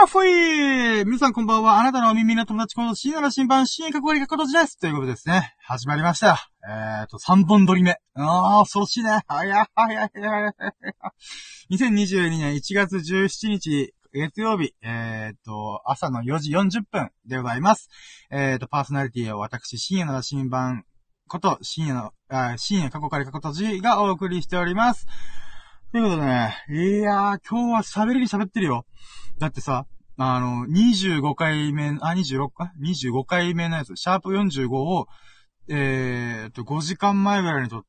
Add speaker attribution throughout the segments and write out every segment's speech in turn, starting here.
Speaker 1: ふい皆さんこんばんは。あなたのお耳の友達こと深夜の新版、深夜かこりかことじです。ということですね。始まりました。3本撮り目。恐ろしいね。2022年1月17日、月曜日、朝の4時40分でございます。パーソナリティを私、深夜の新版こと、深夜かこかりかことじがお送りしております。ということでね、今日は喋ってるよ。だってさ、25回目、25回目のやつ、シャープ45を、5時間前ぐらいに撮って、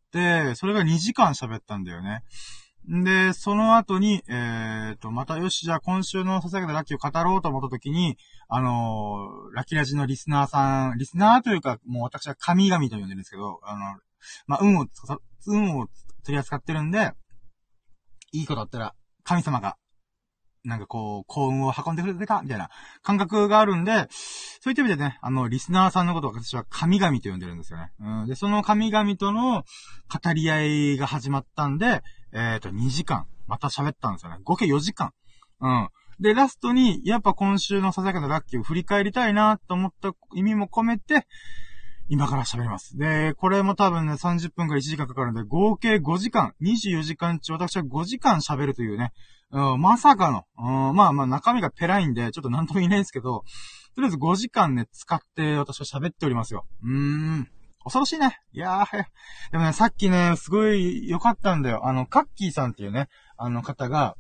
Speaker 1: それが2時間喋ったんだよね。で、その後に、またよし、じゃあ今週のささやかなラッキーを語ろうと思った時に、ラッキーラジのリスナーというか、もう私は神々と呼んでるんですけど、運を取り扱ってるんで、いいことあったら、神様が、なんかこう、幸運を運んでくれてたみたいな感覚があるんで、そういった意味でね、リスナーさんのことを私は神々と呼んでるんですよね。で、その神々との語り合いが始まったんで、2時間、また喋ったんですよね。合計4時間。で、ラストに、やっぱ今週のささやかなラッキーを振り返りたいなと思った意味も込めて、今から喋ります。で、これも多分ね、30分から1時間かかるんで、合計5時間、24時間中私は5時間喋るというね、まさかの、中身がペライんで、ちょっとなんとも言えないんですけど、とりあえず5時間ね、使って私は喋っておりますよ。恐ろしいね。いやー、でもね、さっきね、すごい良かったんだよ。カッキーさんっていうね、方が、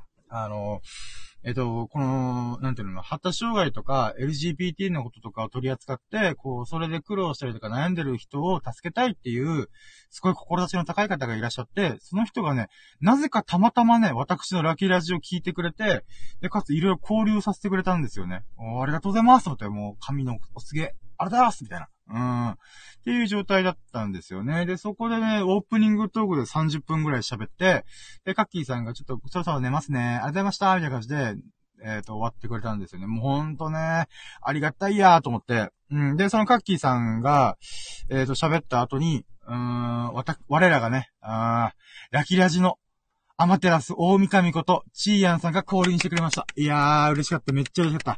Speaker 1: この、なんていうの、発達障害とか LGBT のこととかを取り扱って、こう、それで苦労したりとか悩んでる人を助けたいっていう、すごい志の高い方がいらっしゃって、その人がね、なぜかたまたまね、私のラッキーラジオを聞いてくれて、で、かついろいろ交流させてくれたんですよね。ありがとうございますと思って、もう、神のお告げ、ありがとうございますみたいな。っていう状態だったんですよね。で、そこでね、オープニングトークで30分ぐらい喋って、で、カッキーさんがちょっとそろそろ寝ますね。ありがとうございましたみたいな感じで、終わってくれたんですよね。もうほんとね、ありがたいやーと思って。で、そのカッキーさんが、喋った後に、我らがね、ラキラジのアマテラス大神こと、チーヤンさんが降臨してくれました。いやー、嬉しかった。めっちゃ嬉しかった。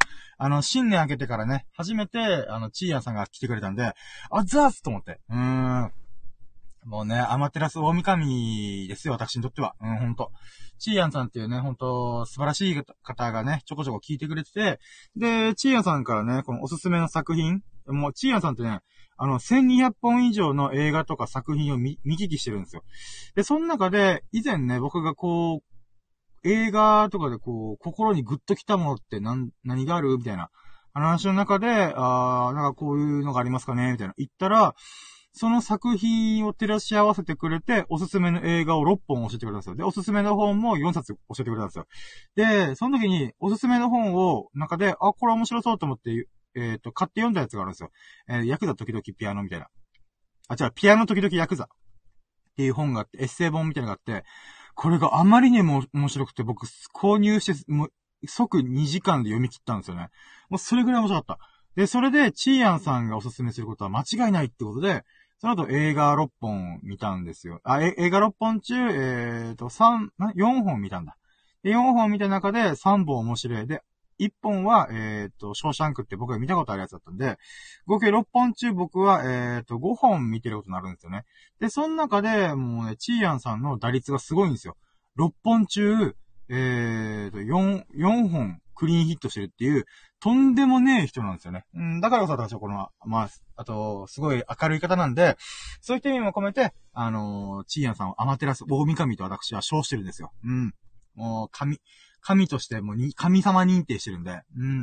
Speaker 1: 新年明けてからね、初めて、チーヤンさんが来てくれたんで、ザースと思って。もうね、アマテラス大神ですよ、私にとっては。ほんと。チーヤンさんっていうね、ほんと、素晴らしい方がね、ちょこちょこ聞いてくれてて、で、チーヤンさんからね、このおすすめの作品、もう、チーヤンさんってね、1200本以上の映画とか作品を見聞きしてるんですよ。で、その中で、以前ね、僕がこう、映画とかでこう、心にグッときたものって何があるみたいな話の中で、なんかこういうのがありますかねみたいな。言ったら、その作品を照らし合わせてくれて、おすすめの映画を6本教えてくれたんですよ。で、おすすめの本も4冊教えてくれたんですよ。で、その時に、おすすめの本を、中で、これ面白そうと思って、買って読んだやつがあるんですよ。ヤクザ時々ピアノみたいな。ピアノ時々ヤクザっていう本があって、エッセイ本みたいなのがあって、これがあまりにも面白くて、僕、購入して、もう、即2時間で読み切ったんですよね。もうそれぐらい面白かった。で、それで、チーヤンさんがおすすめすることは間違いないってことで、その後映画6本見たんですよ。映画6本中、4本見たんだ。で、4本見た中で3本面白い。で、1本は、ショーシャンクって僕が見たことあるやつだったんで、合計6本中僕は、5本見てることになるんですよね。で、その中で、もうね、チーヤンさんの打率がすごいんですよ。6本中、4本クリーンヒットしてるっていう、とんでもねえ人なんですよね。だからこそ私はこの、あと、すごい明るい方なんで、そういった意味も込めて、チーヤンさんをアマテラス大神と私は称してるんですよ。もう、神として、もう神様認定してるんで、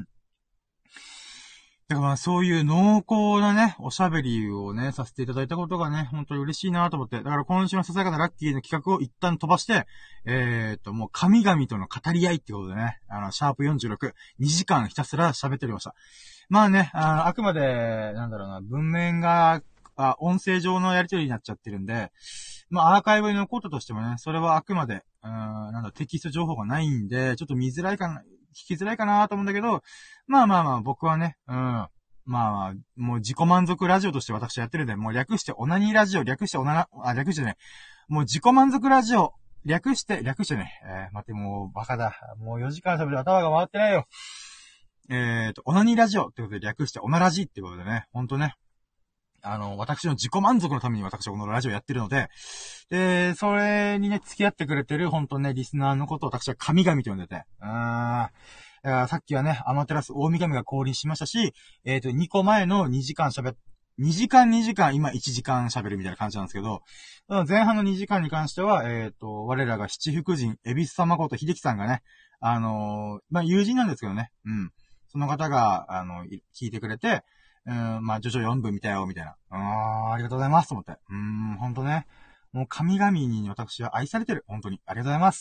Speaker 1: だからそういう濃厚なね、おしゃべりをね、させていただいたことがね、本当に嬉しいなと思って。だから今週のささやかなラッキーの企画を一旦飛ばして、もう神々との語り合いってことでね、シャープ46、2時間ひたすら喋っておりました。まあね、あくまで、文面が、音声上のやりとりになっちゃってるんで、アーカイブに残ったとしてもね、それはあくまで、テキスト情報がないんで、ちょっと見づらいかな、聞きづらいかなと思うんだけど、僕はね、もう自己満足ラジオとして私はやってるんで、もう略してオナニーラジオ、略してね、もう自己満足ラジオ、 略してね、待って、もうバカだ。もう4時間喋る頭が回ってないよ。オナニーラジオってことで略してオナラジってことでね、ほんとね。私の自己満足のために私はこのラジオやってるので、で、それにね、付き合ってくれてる、ほんとね、リスナーのことを私は神々と呼んでて、さっきはね、アマテラス大神が降臨しましたし、2個前の2時間、今1時間喋るみたいな感じなんですけど、前半の2時間に関しては、我らが七福神、恵比寿様こと秀樹さんがね、友人なんですけどね、うん。その方が、聞いてくれて、ジョジョ4部見たよ、みたいな。ありがとうございます、と思って。ほんとね。もう神々に私は愛されてる。本当に。ありがとうございます。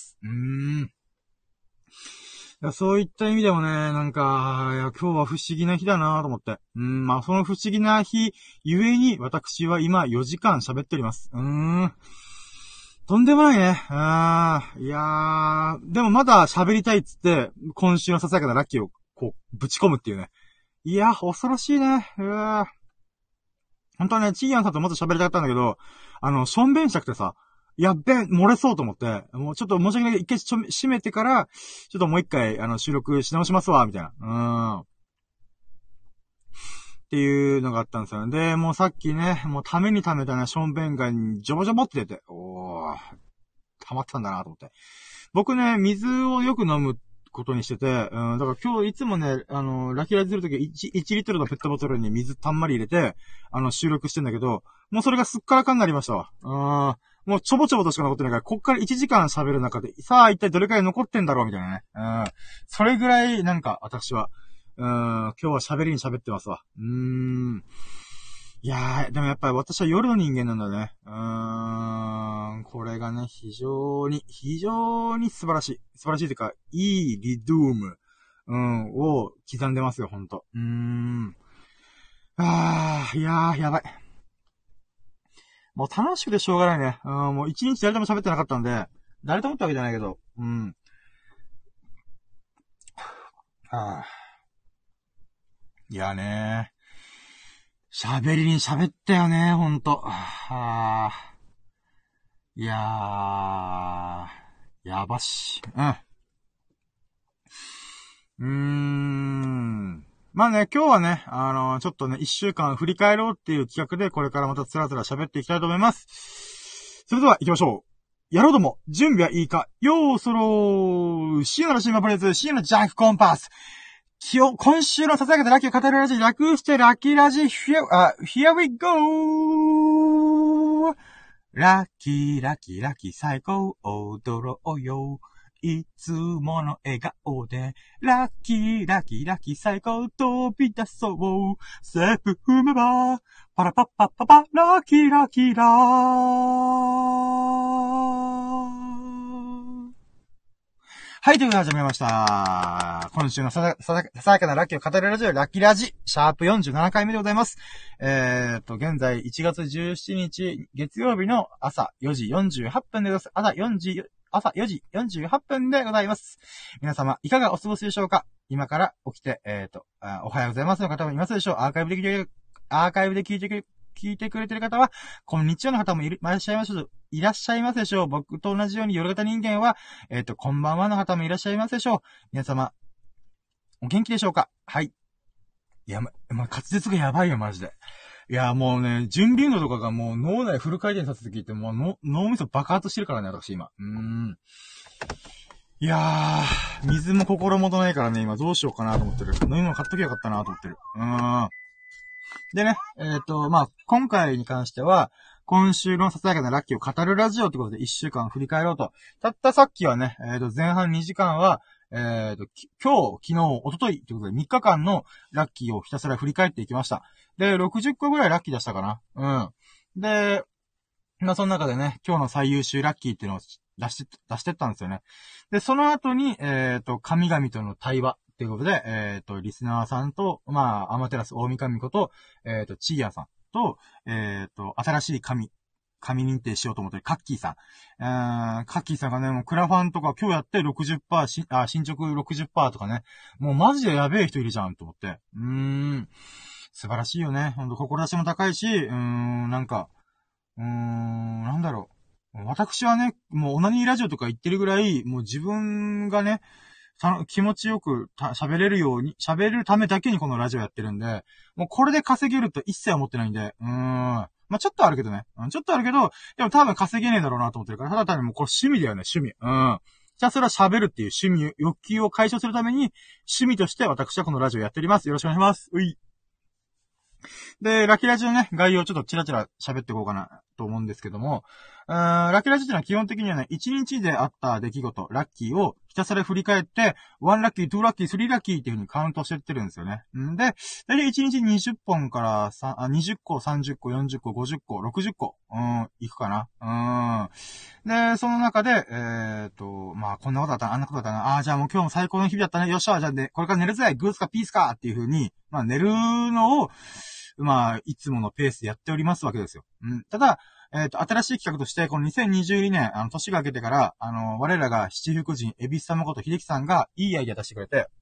Speaker 1: そういった意味でもね、なんか、いや、今日は不思議な日だなと思って。その不思議な日、ゆえに、私は今4時間喋っております。とんでもないね。いやー、でもまだ喋りたいっつって、今週のささやかなラッキーを、こう、ぶち込むっていうね。いや、恐ろしいね。本当はね、チーヤンさんともっと喋りたかったんだけど、しょんべんしたくてさ、やっべ、漏れそうと思って、もうちょっと申し訳ないけど、一回閉めてから、ちょっともう一回、収録し直しますわ、みたいな。っていうのがあったんですよね。で、もうさっきね、もうためにためたね、しょんべんがジョボジョボって出て、溜まったんだなと思って。僕ね、水をよく飲むことにしてて、だから今日いつもね、ラキラジするとき1リットルのペットボトルに水たんまり入れて、収録してんだけど、もうそれがすっからかんになりましたわ。もうちょぼちょぼとしか残ってないから、こっから1時間喋る中で、さあ一体どれくらい残ってんだろうみたいなね。それぐらい、なんか、私は、今日は喋りに喋ってますわ。いやー、でもやっぱり私は夜の人間なんだね。これがね、非常に素晴らしい。素晴らしいというか、いいリドゥーム、を刻んでますよ、ほんと。いやー、やばい。もう楽しくてしょうがないね。もう一日誰とも喋ってなかったんで、誰ともってわけじゃないけど、いやね喋りに喋ったよね、ほんと。いやー、やばし。まあね、今日はね、ちょっとね、一週間振り返ろうっていう企画で、これからまたつらつら喋っていきたいと思います。それでは行きましょう。やろうとも、準備はいいか、よーそろー、シエナのシーマプレイズ、シエナのジャンクコンパス。今週のささやかなラッキーを語るラジオ、略してラッキーラジ、here we go! ラッキー、ラッキー、ラッキー、最高、踊ろうよ。いつもの笑顔で、ラッキー、ラッキー、ラッキー、最高、飛び出そう。セーフ踏めば、パラパッパッパパ、ラッキー、ラッキーラー。はい、ということで始めました。今週のささやかなラッキーを語るラジオ、ラッキーラジ、シャープ47回目でございます。現在1月17日、月曜日の朝4時48分でございます。朝4時48分でございます。皆様、いかがお過ごしでしょうか？今から起きて、おはようございますの方もいますでしょう。アーカイブで聞いてくれてる方は、こんにちはの方もいらっしゃいますでしょう。僕と同じように夜型人間は、こんばんはの方もいらっしゃいますでしょう。皆様、お元気でしょうか？はい。いや、滑舌がやばいよ、マジで。いや、もうね、準備運動とかがもう脳内フル回転させて聞いて、もう脳みそ爆発してるからね、私今。いやー、水も心もとないからね、今どうしようかなと思ってる。飲み物買っときゃよかったなと思ってる。でね、今回に関しては、今週のささやかなラッキーを語るラジオってことで1週間振り返ろうと。たったさっきはね、前半2時間は、今日、昨日、一昨日ということで3日間のラッキーをひたすら振り返っていきました。で、60個ぐらいラッキー出したかな。で、その中でね、今日の最優秀ラッキーっていうのを出してったんですよね。で、その後に、神々との対話っていうことで、リスナーさんと、アマテラス大神こと、チーヤさんと、新しい神認定しようと思ってるカッキーさん。カッキーさんがね、もうクラファンとか今日やって60%、進捗60%とかね、もうマジでやべえ人いるじゃんと思って。素晴らしいよね。ほんと、志も高いし、なんだろ私はね、もうオナニーラジオとか言ってるぐらい、もう自分がね、気持ちよく喋れるように、喋れるためだけにこのラジオやってるんで、もうこれで稼げると一切思ってないんで、まあ、ちょっとあるけどね。ちょっとあるけど、でも多分稼げねえだろうなと思ってるから、ただ単にもうこれ趣味だよね、趣味。じゃあそれは喋るっていう趣味、欲求を解消するために、趣味として私はこのラジオやっております。よろしくお願いします。うい。で、ラッキーラジオのね、概要をちょっとチラチラ喋っていこうかなと思うんですけども、ラッキーラジオってのは基本的にはね、1日であった出来事、ラッキーをひたすら振り返って、1ラッキー、2ラッキー、3ラッキーっていう風にカウントしてってるんですよね。んで、だいたい1日20本から20個、30個、40個、50個、60個、いくかな。で、その中で、まあ、こんなことだったな、あんなことだったな、じゃあもう今日も最高の日々だったね、よっしゃ、じゃあね、これから寝るぜ、グースかピースかっていう風に、まあ、寝るのを、まあ、いつものペースでやっておりますわけですよ。ただ、新しい企画として、この2022年、年が明けてから、我らが七福神、エビス様こと秀樹さんが、いいアイデア出してくれて、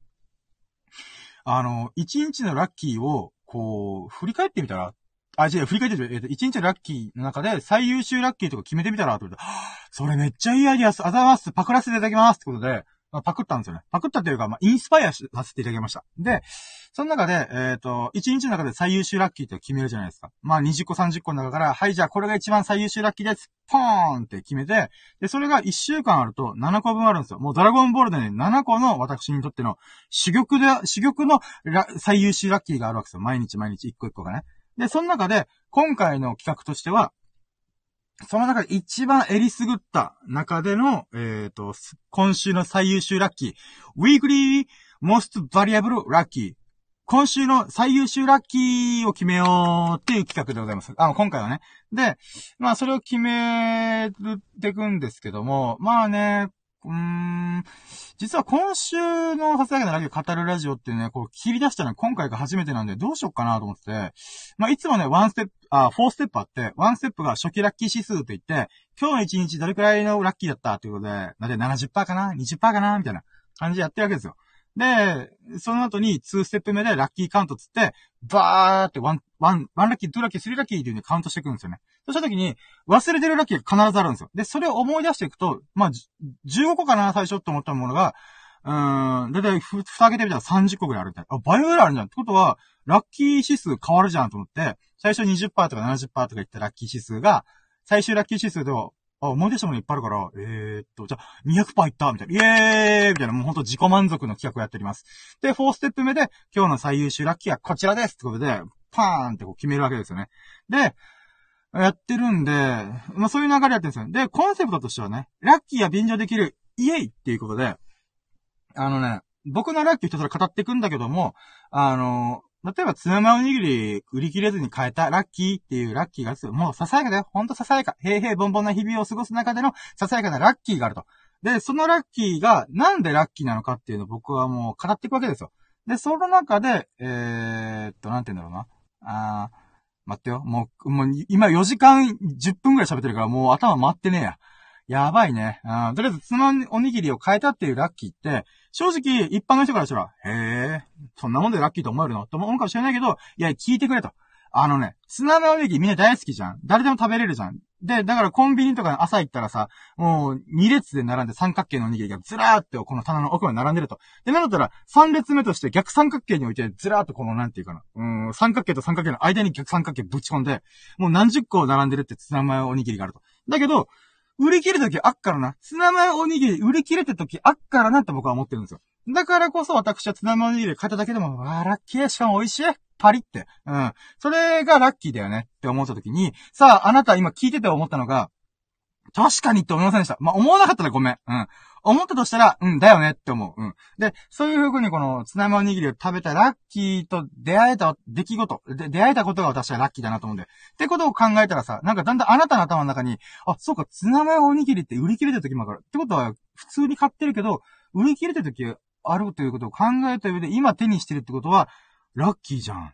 Speaker 1: 一日のラッキーを、こう、振り返ってみたら、振り返ってみたら、一日のラッキーの中で、最優秀ラッキーとか決めてみたら、と言われて、それめっちゃいいアイデアです。あざます。パクらせていただきます。ってことで、まあ、パクったんですよね。パクったっていうか、まあ、インスパイアさせていただきました。で、その中で、1日の中で最優秀ラッキーって決めるじゃないですか。まあ、20個、30個の中から、はい、じゃあこれが一番最優秀ラッキーです。ポーンって決めて、で、それが1週間あると7個分あるんですよ。もうドラゴンボールでね、7個の私にとっての珠玉の最優秀ラッキーがあるわけですよ。毎日毎日1個1個がね。で、その中で、今回の企画としては、その中で一番えりすぐった中での、今週の最優秀ラッキー。Weekly Most Valuable Lucky。今週の最優秀ラッキーを決めようっていう企画でございます。今回はね。で、まあそれを決めていくんですけども、まあね、実は今週のささやかなラジオ語るラジオってね、こう切り出したのは今回が初めてなんでどうしよっかなと思ってて、まあいつもね、4ステップあって、1ステップが初期ラッキー指数といって、今日の1日どれくらいのラッキーだったということで、だいたい 70% かな ?20% かなみたいな感じでやってるわけですよ。で、その後に2ステップ目でラッキーカウントつって、バーって1ラッキー、2ラッキー、3ラッキーっていう風にカウントしていくんですよね。そした時に、忘れてるラッキーが必ずあるんですよ。で、それを思い出していくと、まあ、15個かな、最初って思ったものが、だいたい蓋開けてみたら30個ぐらいあるみたいな。倍ぐらいあるじゃん。ってことは、ラッキー指数変わるじゃんと思って、最初 20% とか 70% とか言ったラッキー指数が、最終ラッキー指数では、思い出したものいっぱいあるから、じゃあ、200% いったみたいな。イエーイみたいな、もうほんと自己満足の企画をやっております。で、4ステップ目で、今日の最優秀ラッキーはこちらですってことで、パーンってこう決めるわけですよね。で、やってるんで、まあそういう流れやってるんですよ。で、コンセプトとしてはね、ラッキーは便乗できる、イエイっていうことで、僕のラッキーをひたすら語っていくんだけども、例えば、ツナマおにぎり売り切れずに買えたラッキーっていうラッキーがですよ。もうささやかだよ。ほんとささやか。平々凡々な日々を過ごす中でのささやかなラッキーがあると。で、そのラッキーがなんでラッキーなのかっていうのを僕はもう語っていくわけですよ。で、その中で、なんて言うんだろうな。待ってよ。もう今4時間10分くらい喋ってるからもう頭回ってねえや。やばいね。とりあえず、ツナおにぎりを変えたっていうラッキーって、正直、一般の人からしたら、へえ、そんなもんでラッキーと思えるのと思うかもしれないけど、いや、聞いてくれと。ツナおにぎりみんな大好きじゃん。誰でも食べれるじゃん。で、だからコンビニとか朝行ったらさ、もう2列で並んで三角形のおにぎりがずらーってこの棚の奥まで並んでると。で、なんだったら3列目として逆三角形に置いてずらーっとこのなんていうかな。三角形と三角形の間に逆三角形ぶち込んで、もう何十個並んでるってツナおにぎりがあると。だけど、売り切れた時あっからな。ツナマヨおにぎり売り切れた時あっからなって僕は思ってるんですよ。だからこそ私はツナマヨおにぎり買っただけでも、ラッキー、しかも美味しい。パリって。それがラッキーだよねって思った時に、さあ、あなた今聞いてて思ったのが、確かにって思いませんでした。まあ、思わなかったらごめん。思ったとしたら、だよねって思う。で、そういう風にこのツナマヨおにぎりを食べたラッキーと出会えた出来事、出会えたことが私はラッキーだなと思うんで。ってことを考えたらさ、なんかだんだんあなたの頭の中に、そうか、ツナマヨおにぎりって売り切れてる時もある。ってことは、普通に買ってるけど、売り切れてる時あるということを考えた上で、今手にしてるってことは、ラッキーじゃんって、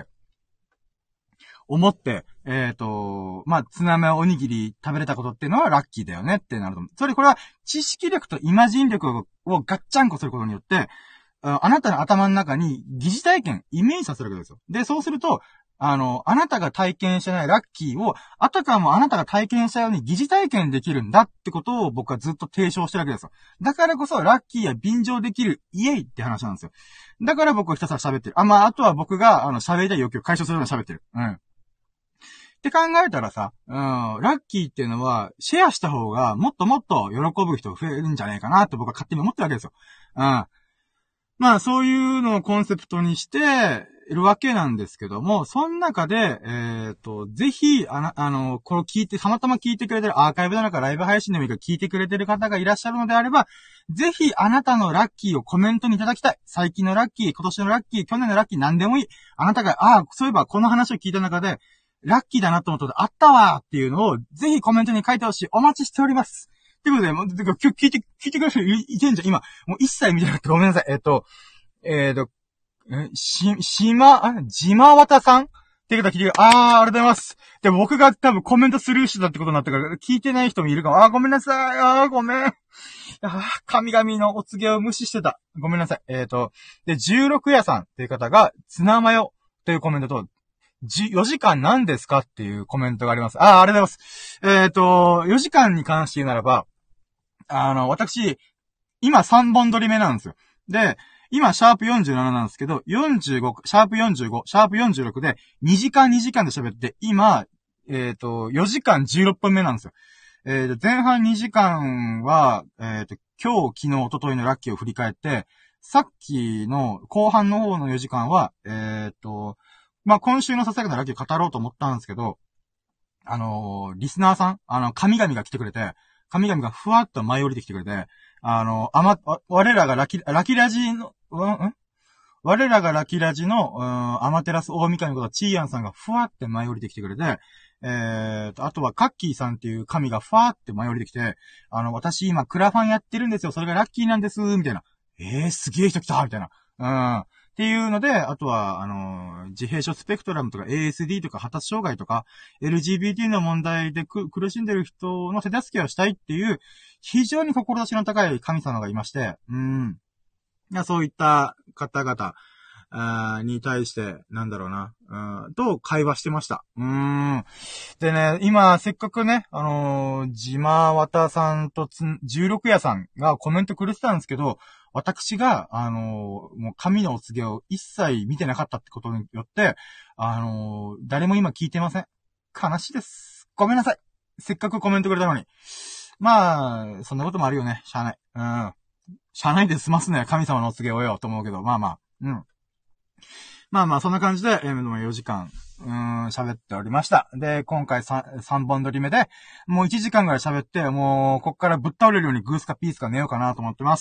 Speaker 1: 思って、まあ、ツナマヨおにぎり食べれたことっていうのはラッキーだよねってなると思う。これは知識力とイマジン力をガッチャンコすることによって、あなたの頭の中に疑似体験、イメージさせるわけですよ。で、そうすると、 あなたが体験してないラッキーを、あたかもあなたが体験したように疑似体験できるんだってことを僕はずっと提唱してるわけですよ。だからこそ、ラッキーや便乗できるイエイって話なんですよ。だから僕はひたすら喋ってる。あとは僕が、喋りたい欲求を解消するように喋ってる。うん。って考えたらさ、ラッキーっていうのは、シェアした方が、もっともっと喜ぶ人増えるんじゃないかなって僕は勝手に思ってるわけですよ。うん。まあ、そういうのをコンセプトにしているわけなんですけども、その中で、ぜひ、これを聞いて、たまたま聞いてくれてる、アーカイブなのかライブ配信でもいいか聞いてくれてる方がいらっしゃるのであれば、ぜひ、あなたのラッキーをコメントにいただきたい。最近のラッキー、今年のラッキー、去年のラッキー、何でもいい。あなたが、そういえばこの話を聞いた中で、ラッキーだなと思ったことあったわーっていうのを、ぜひコメントに書いてほしい。お待ちしております。ということで、もう、今日聞いてくれる人いてんじゃん、今。もう一切見てなくてごめんなさい。じまわたさんっていう方聞いてくれ、ありがとうございます。でも僕が多分コメントスルーしてたってことになったから、聞いてない人もいるかも。ごめんなさい。ごめん。神々のお告げを無視してた。ごめんなさい。で、16夜さんっていう方が、ツナマヨというコメントと、4時間何ですかっていうコメントがあります。ありがとうございます。4時間に関して言うならば、私、今3本撮り目なんですよ。で、今、シャープ47なんですけど、45、シャープ45、シャープ46で、2時間2時間で喋って、今、4時間16分目なんですよ。前半2時間は、今日、昨日、一昨日のラッキーを振り返って、さっきの後半の方の4時間は、今週のささやかなラッキーを語ろうと思ったんですけど、リスナーさん、神々が来てくれて、神々がふわっと舞い降りてきてくれて、我らがラキラジの、我らがラキラジの、アマテラス大神ことチーヤンさんがふわって舞い降りてきてくれて、あとはカッキーさんっていう神がふわって舞い降りてきて、私今クラファンやってるんですよ、それがラッキーなんです、みたいな。すげえ人来たみたいな。っていうので、あとは、自閉症スペクトラムとか ASD とか発達障害とか LGBT の問題で苦しんでる人の手助けをしたいっていう非常に志の高い神様がいまして、そういった方々に対して、と会話してました。でね、今、せっかくね、じまわたさんと16夜さんがコメントくれてたんですけど、私が、もう神のお告げを一切見てなかったってことによって、誰も今聞いてません。悲しいです。ごめんなさい。せっかくコメントくれたのに。まあ、そんなこともあるよね。しゃあない。しゃあないで済ますね。神様のお告げをよ、と思うけど、まあ。そんな感じで、4時間、喋っておりました。で、今回3本撮り目で、もう1時間ぐらい喋って、もう、こっからぶっ倒れるようにグースかピースか寝ようかなと思ってます。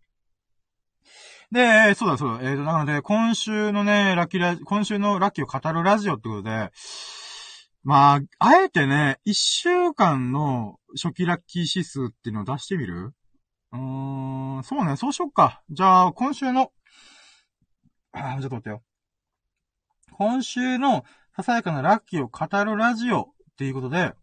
Speaker 1: で、そうだ。なので、今週のラッキーを語るラジオってことで、あえてね、1週間の初期ラッキー指数っていうのを出してみる？そうね、そうしよっか。じゃあ、今週の、ちょっと待ってよ。今週のささやかなラッキーを語るラジオっていうことで、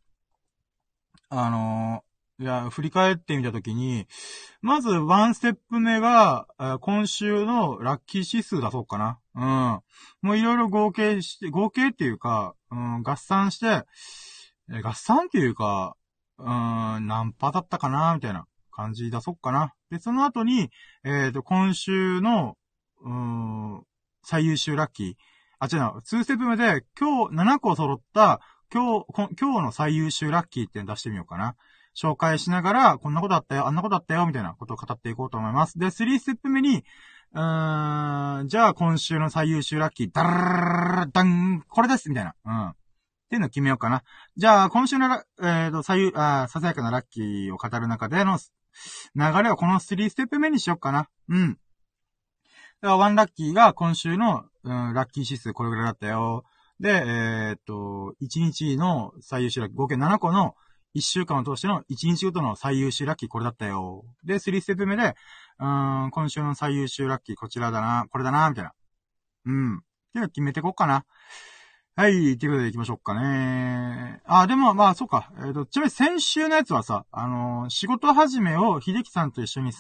Speaker 1: 振り返ってみたときに、まずワンステップ目が、今週のラッキー指数出そうかな。もういろいろ合計っていうか、合算して、合算っていうか、何パーだったかなみたいな感じ出そうかな。で、その後に、今週の、最優秀ラッキー。違うな、2ステップ目で、今日7個揃った、今日の最優秀ラッキーって出してみようかな。紹介しながら、こんなことあったよ、あんなことあったよ、みたいなことを語っていこうと思います。で、3ステップ目に、じゃあ今週の最優秀ラッキー、ダラダン、これです、みたいな。っていうのを決めようかな。じゃあ、今週のささやかなラッキーを語る中での流れはこの3ステップ目にしようかな。だから1ラッキーが今週の、ラッキー指数これぐらいだったよ。で、1日の最優秀ラッキー、合計7個の1週間を通しての1日ごとの最優秀ラッキーこれだったよ。で、3ステップ目で、今週の最優秀ラッキーこちらだな、これだな、みたいな。っていうの決めていこうかな。はい、ということで行きましょうかね。でもそうか。ちなみに先週のやつはさ、仕事始めを秀樹さんと一緒に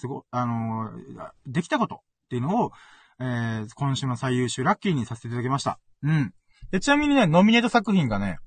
Speaker 1: できたことっていうのを、今週の最優秀ラッキーにさせていただきました。 で、ちなみにね、ノミネート作品がね、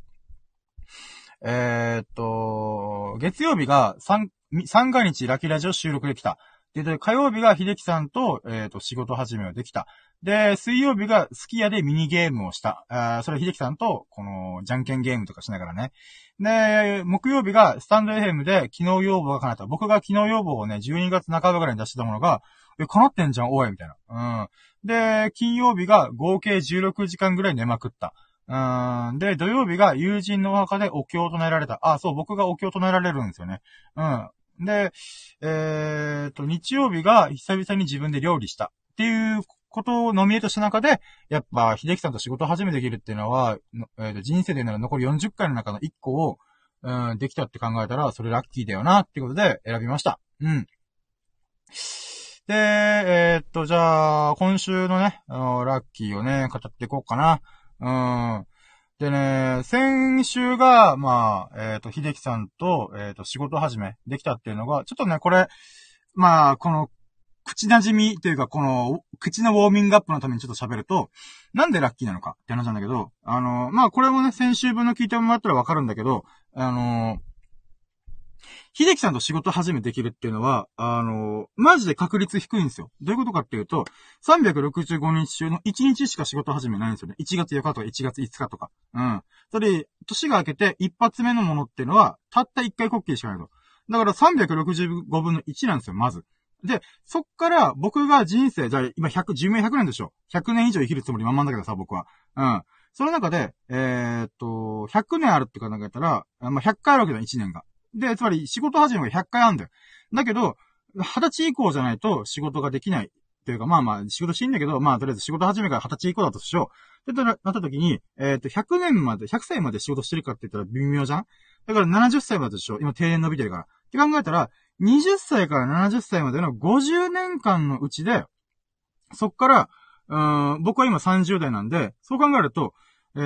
Speaker 1: 月曜日が三が日ラキラジオ収録できた。で、火曜日が秀樹さんと、仕事始めをできた。で、水曜日がスキヤでミニゲームをした。それ秀樹さんと、この、じゃんけんゲームとかしながらね。で、木曜日がスタンド FM で昨日要望が叶った。僕が昨日要望をね、12月半ばぐらいに出してたものが、叶ってんじゃん、おい、みたいな。で、金曜日が合計16時間ぐらい寝まくった。で、土曜日が友人のお墓でお経を唱えられた。そう、僕がお経を唱えられるんですよね。で、日曜日が久々に自分で料理した。っていうことをノミネートした中で、やっぱ、秀樹さんと仕事を始めできるっていうのは、人生でなら残り40回の中の1個を、できたって考えたら、それラッキーだよな、ってことで選びました。で、じゃあ、今週のね、ラッキーをね、語っていこうかな。でね、先週が、秀樹さんと、仕事始めできたっていうのが、ちょっとね、これ、この、口馴染みというか、この、口のウォーミングアップのためにちょっと喋ると、なんでラッキーなのかって話なんだけど、これもね、先週分の聞いてもらったらわかるんだけど、秀樹さんと仕事始めできるっていうのは、マジで確率低いんですよ。どういうことかっていうと、365日中の1日しか仕事始めないんですよね。1月4日とか1月5日とか。それ、年が明けて一発目のものっていうのは、たった1回コッキーしかないと。だから365分の1なんですよ、まず。で、そっから僕が人生、じゃあ今寿命100年でしょ。100年以上生きるつもり満々だけどさ、僕は。その中で、100年あるって考えたら、100回あるわけだ、1年が。で、つまり仕事始めが100回あるんだよ。だけど、20歳以降じゃないと仕事ができない。というか、仕事していいんだけど、とりあえず仕事始めから20歳以降だとしよう。で、なった時に、100年まで、100歳まで仕事してるかって言ったら微妙じゃん。だから70歳まででしょ。今定年伸びてるから。って考えたら、20歳から70歳までの50年間のうちで、そっから、僕は今30代なんで、そう考えると、もう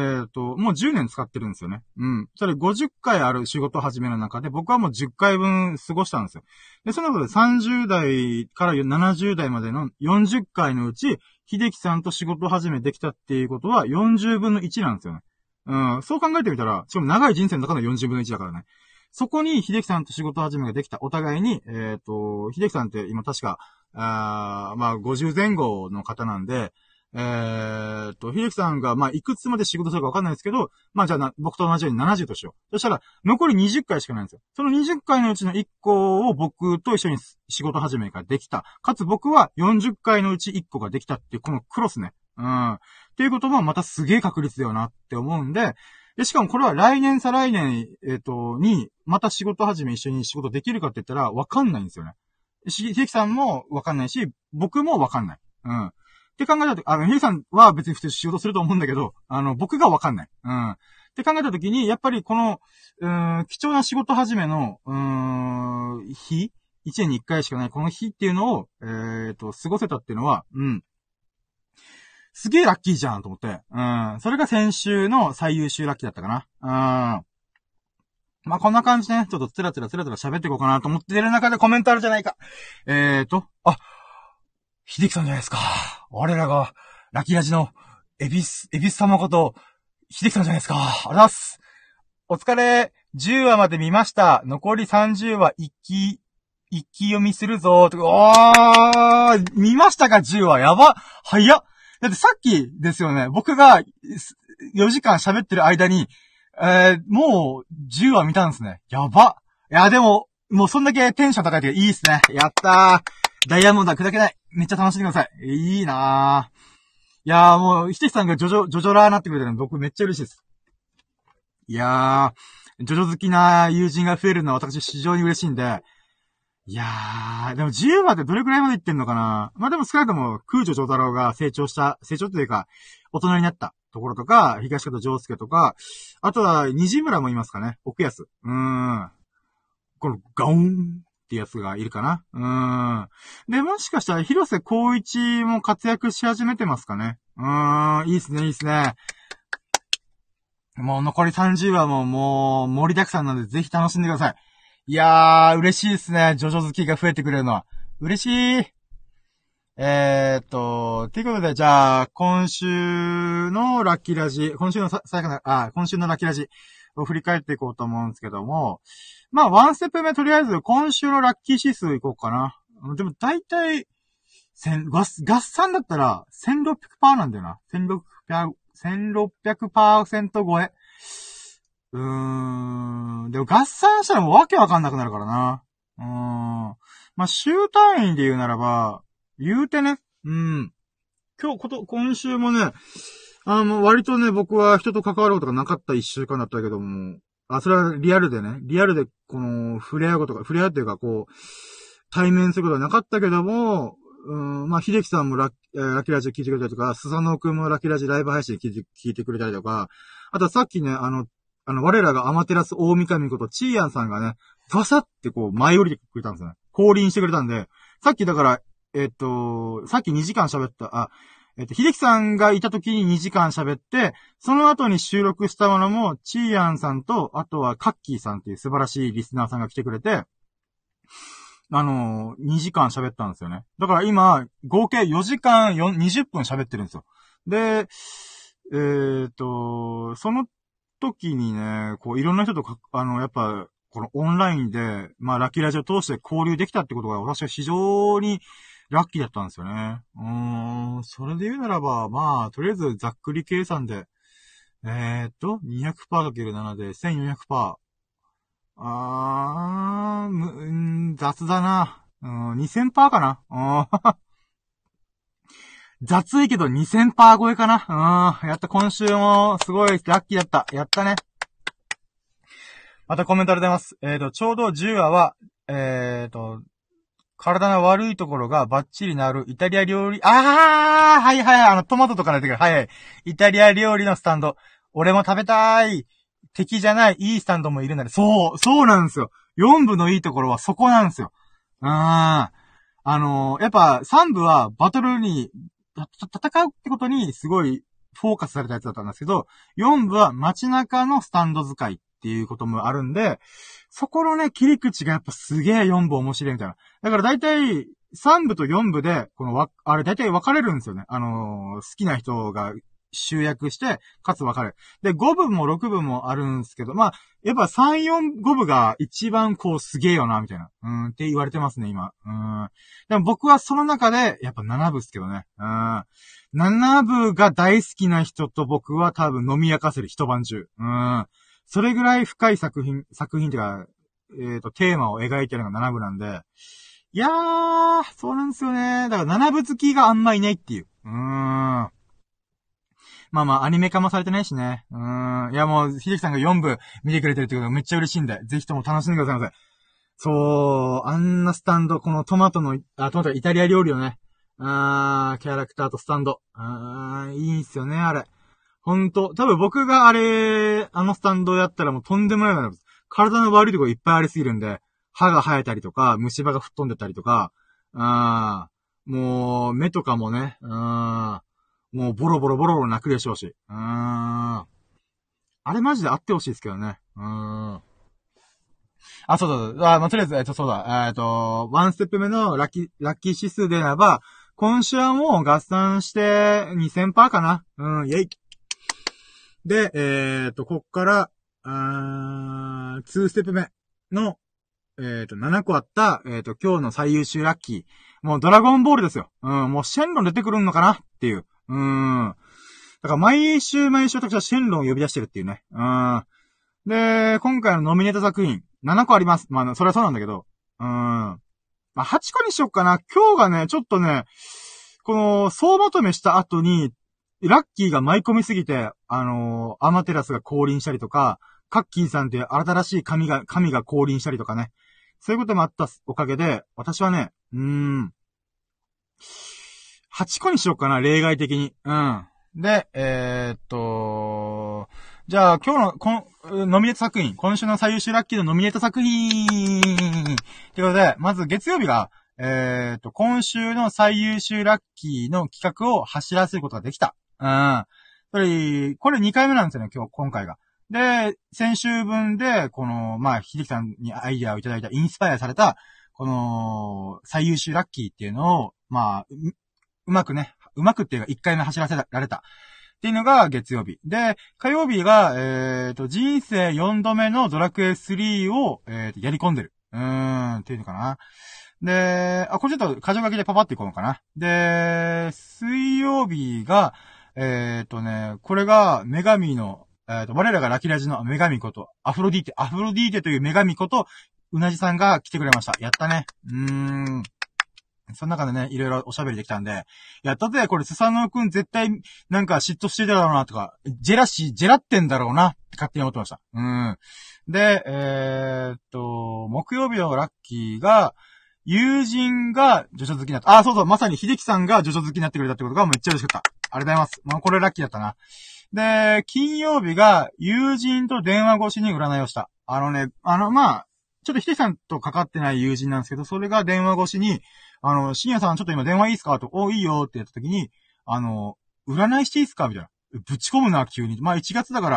Speaker 1: 10年使ってるんですよね。それ50回ある仕事始めの中で、僕はもう10回分過ごしたんですよ。で、そのことで30代から70代までの40回のうち、秀樹さんと仕事始めできたっていうことは40分の1なんですよね。そう考えてみたら、しかも長い人生の中の40分の1だからね。そこに秀樹さんと仕事始めができた。お互いに、秀樹さんって今確か、50前後の方なんで、秀樹さんが、いくつまで仕事するかわかんないですけど、じゃあ僕と同じように70としよう。そしたら、残り20回しかないんですよ。その20回のうちの1個を僕と一緒に仕事始めができた。かつ僕は40回のうち1個ができたっていう、このクロスね。っていうこともまたすげえ確率だよなって思うんで、しかもこれは来年再来年、に、また仕事始め一緒に仕事できるかって言ったら、わかんないんですよね。秀樹さんもわかんないし、僕もわかんない。って考えたとき、秀樹さんは別に普通仕事すると思うんだけど、僕がわかんない。って考えたときに、やっぱりこの、貴重な仕事始めの、日 ?1 年に1回しかないこの日っていうのを、過ごせたっていうのは、すげえラッキーじゃんと思って。それが先週の最優秀ラッキーだったかな。こんな感じでね、ちょっとつらつら喋っていこうかなと思ってる中でコメントあるじゃないか。秀樹さんじゃないですか。我らが、ラキラジの、エビス様こと、秀樹さんじゃないですか。ありがとうございます。お疲れ、10話まで見ました。残り30話一気読みするぞ。見ましたか ?10 話。やば。早っ。だってさっきですよね、僕が4時間喋ってる間に、もう10話見たんですね。やば。いや、でも、もうそんだけテンション高いといいっすね。やったー。ダイヤモンドは砕けない。めっちゃ楽しんでください。いいなー。いやーもう、ひてきさんがジョジョラーなってくれたの僕めっちゃ嬉しいです。いやー、ジョジョ好きな友人が増えるのは私非常に嬉しいんで、いやー、でも10話ってどれくらいまでいってんのかな。でも少なくとも空女長太郎が成長というか、大人になったところとか、東方丈介とか、あとは虹村もいますかね、奥安。このガオーンってやつがいるかな。で、もしかしたら広瀬光一も活躍し始めてますかね。いいっすね。もう残り30話もう盛りだくさんなんでぜひ楽しんでください。いやー、嬉しいですね。ジョジョ好きが増えてくれるのは。嬉しい。ちということで、じゃあ、今週のラッキーラジを振り返っていこうと思うんですけども、まあ、ワンステップ目、とりあえず、今週のラッキー指数いこうかな。でも、だいたい、合算だったら、1600% なんだよな。1600% 超え。でも合算したらもうわけわかんなくなるからな。まあ、週単位で言うならば、言うてね、今週もね、割とね、僕は人と関わることがなかった一週間だったけども、それはリアルでね、この、触れ合うっていうか、こう、対面することはなかったけども、まあ、秀樹さんもラッキーラジオ聞いてくれたりとか、スサノオくんもラッキーラジオライブ配信聞いてくれたりとか、あとさっきね、我らがアマテラス大神ことチーヤンさんがね、ファサってこう、舞い降りてくれたんですよね。降臨してくれたんで、さっきだから、さっき2時間喋った、秀樹さんがいた時に2時間喋って、その後に収録したものも、チーヤンさんと、あとはカッキーさんっていう素晴らしいリスナーさんが来てくれて、2時間喋ったんですよね。だから今、合計4時間20分喋ってるんですよ。で、その時にね、こう、いろんな人とやっぱ、このオンラインで、まあ、ラッキーラジオを通して交流できたってことが、私は非常にラッキーだったんですよね。それで言うならば、まあ、とりあえずざっくり計算で、200%×7 で1400%。雑だな。2000% かな。雑いけど2000% 超えかな。やった、今週もすごいラッキーだった。やったね。またコメントありがとうございます。ちょうど10話は、体の悪いところがバッチリなるイタリア料理、はいはい、トマトとか出てくる。はいはい。イタリア料理のスタンド。俺も食べたい。敵じゃない、いいスタンドもいるなら、そうなんですよ。4部のいいところはそこなんですよ。やっぱ3部はバトルに、戦うってことにすごいフォーカスされたやつだったんですけど、4部は街中のスタンド使いっていうこともあるんで、そこのね、切り口がやっぱすげえ4部面白いみたいな。だから大体、3部と4部で、あれ大体分かれるんですよね。好きな人が集約して、かつ分かれる。で、5部も6部もあるんですけど、まあ、やっぱ3、4、5部が一番こうすげえよな、みたいな。って言われてますね、今。でも僕はその中で、やっぱ7部っすけどね。7部が大好きな人と僕は多分飲み明かせる一晩中。それぐらい深い作品っていうか、テーマを描いてるのが7部なんで、いやー、そうなんですよね。だから7部好きがあんまいないっていう。まあまあ、アニメ化もされてないしね。いやもう、秀樹さんが4部見てくれてるってことがめっちゃ嬉しいんで、ぜひとも楽しんでくださいませ。そう、あんなスタンド、このトマトイタリア料理のね、キャラクターとスタンド。いいんすよね、あれ。ほんと、多分僕があのスタンドやったらもうとんでもないな。体の悪いところいっぱいありすぎるんで、歯が生えたりとか、虫歯が吹っ飛んでたりとか、もう、目とかもね、もうボロボロ泣くでしょうし。あれマジであってほしいですけどね。そうだ。とりあえず、そうだ。ワンステップ目のラッキー指数でならば、今週はもう合算して2000%かな。イェイ。で、こっから、2ステップ目の、7個あった、今日の最優秀ラッキー。もうドラゴンボールですよ。もうシェンロン出てくるのかなっていう。だから毎週私はシェンロンを呼び出してるっていうね。で、今回のノミネート作品、7個あります。まあ、それはそうなんだけど。まあ、8個にしよっかな。今日がね、ちょっとね、この、総まとめした後に、ラッキーが舞い込みすぎて、アマテラスが降臨したりとか、カッキーさんっていう新しい神が降臨したりとかね。そういうこともあったおかげで、私はね、8個にしようかな、例外的に。で、じゃあ、今日のノミネート作品、今週の最優秀ラッキーのノミネート作品ということで、まず月曜日が、今週の最優秀ラッキーの企画を走らせることができた。これ2回目なんですよね、今回が。で、先週分で、この、まあ、秀樹さんにアイデアをいただいた、インスパイアされた、この、最優秀ラッキーっていうのを、まあ、うまくね、 うまくっていうか1回目走らせられた。っていうのが月曜日。で、火曜日が、人生4度目のドラクエ3を、やり込んでる。っていうのかな。で、これちょっと箇条書きでパパっていこうのかな。で、水曜日が、これが女神の、我らがラキラジの女神こと、アフロディーテという女神こと、うなじさんが来てくれました。やったね。その中でね、いろいろおしゃべりできたんで、やったぜ、これスサノオくん絶対、なんか嫉妬してるだろうな、とか、ジェラってんだろうな、って勝手に思ってました。で、木曜日のラッキーが、友人がジョジョ好きになった。そうそう、まさに秀樹さんがジョジョ好きになってくれたってことがめっちゃ嬉しかった。ありがとうございます。もうこれラッキーだったな。で、金曜日が友人と電話越しに占いをした。ちょっと秀樹さんとかかってない友人なんですけど、それが電話越しに、深夜さんちょっと今電話いいっすかと、いいよってやった時に、占いしていいっすかみたいな。ぶち込むな、急に。1月だから、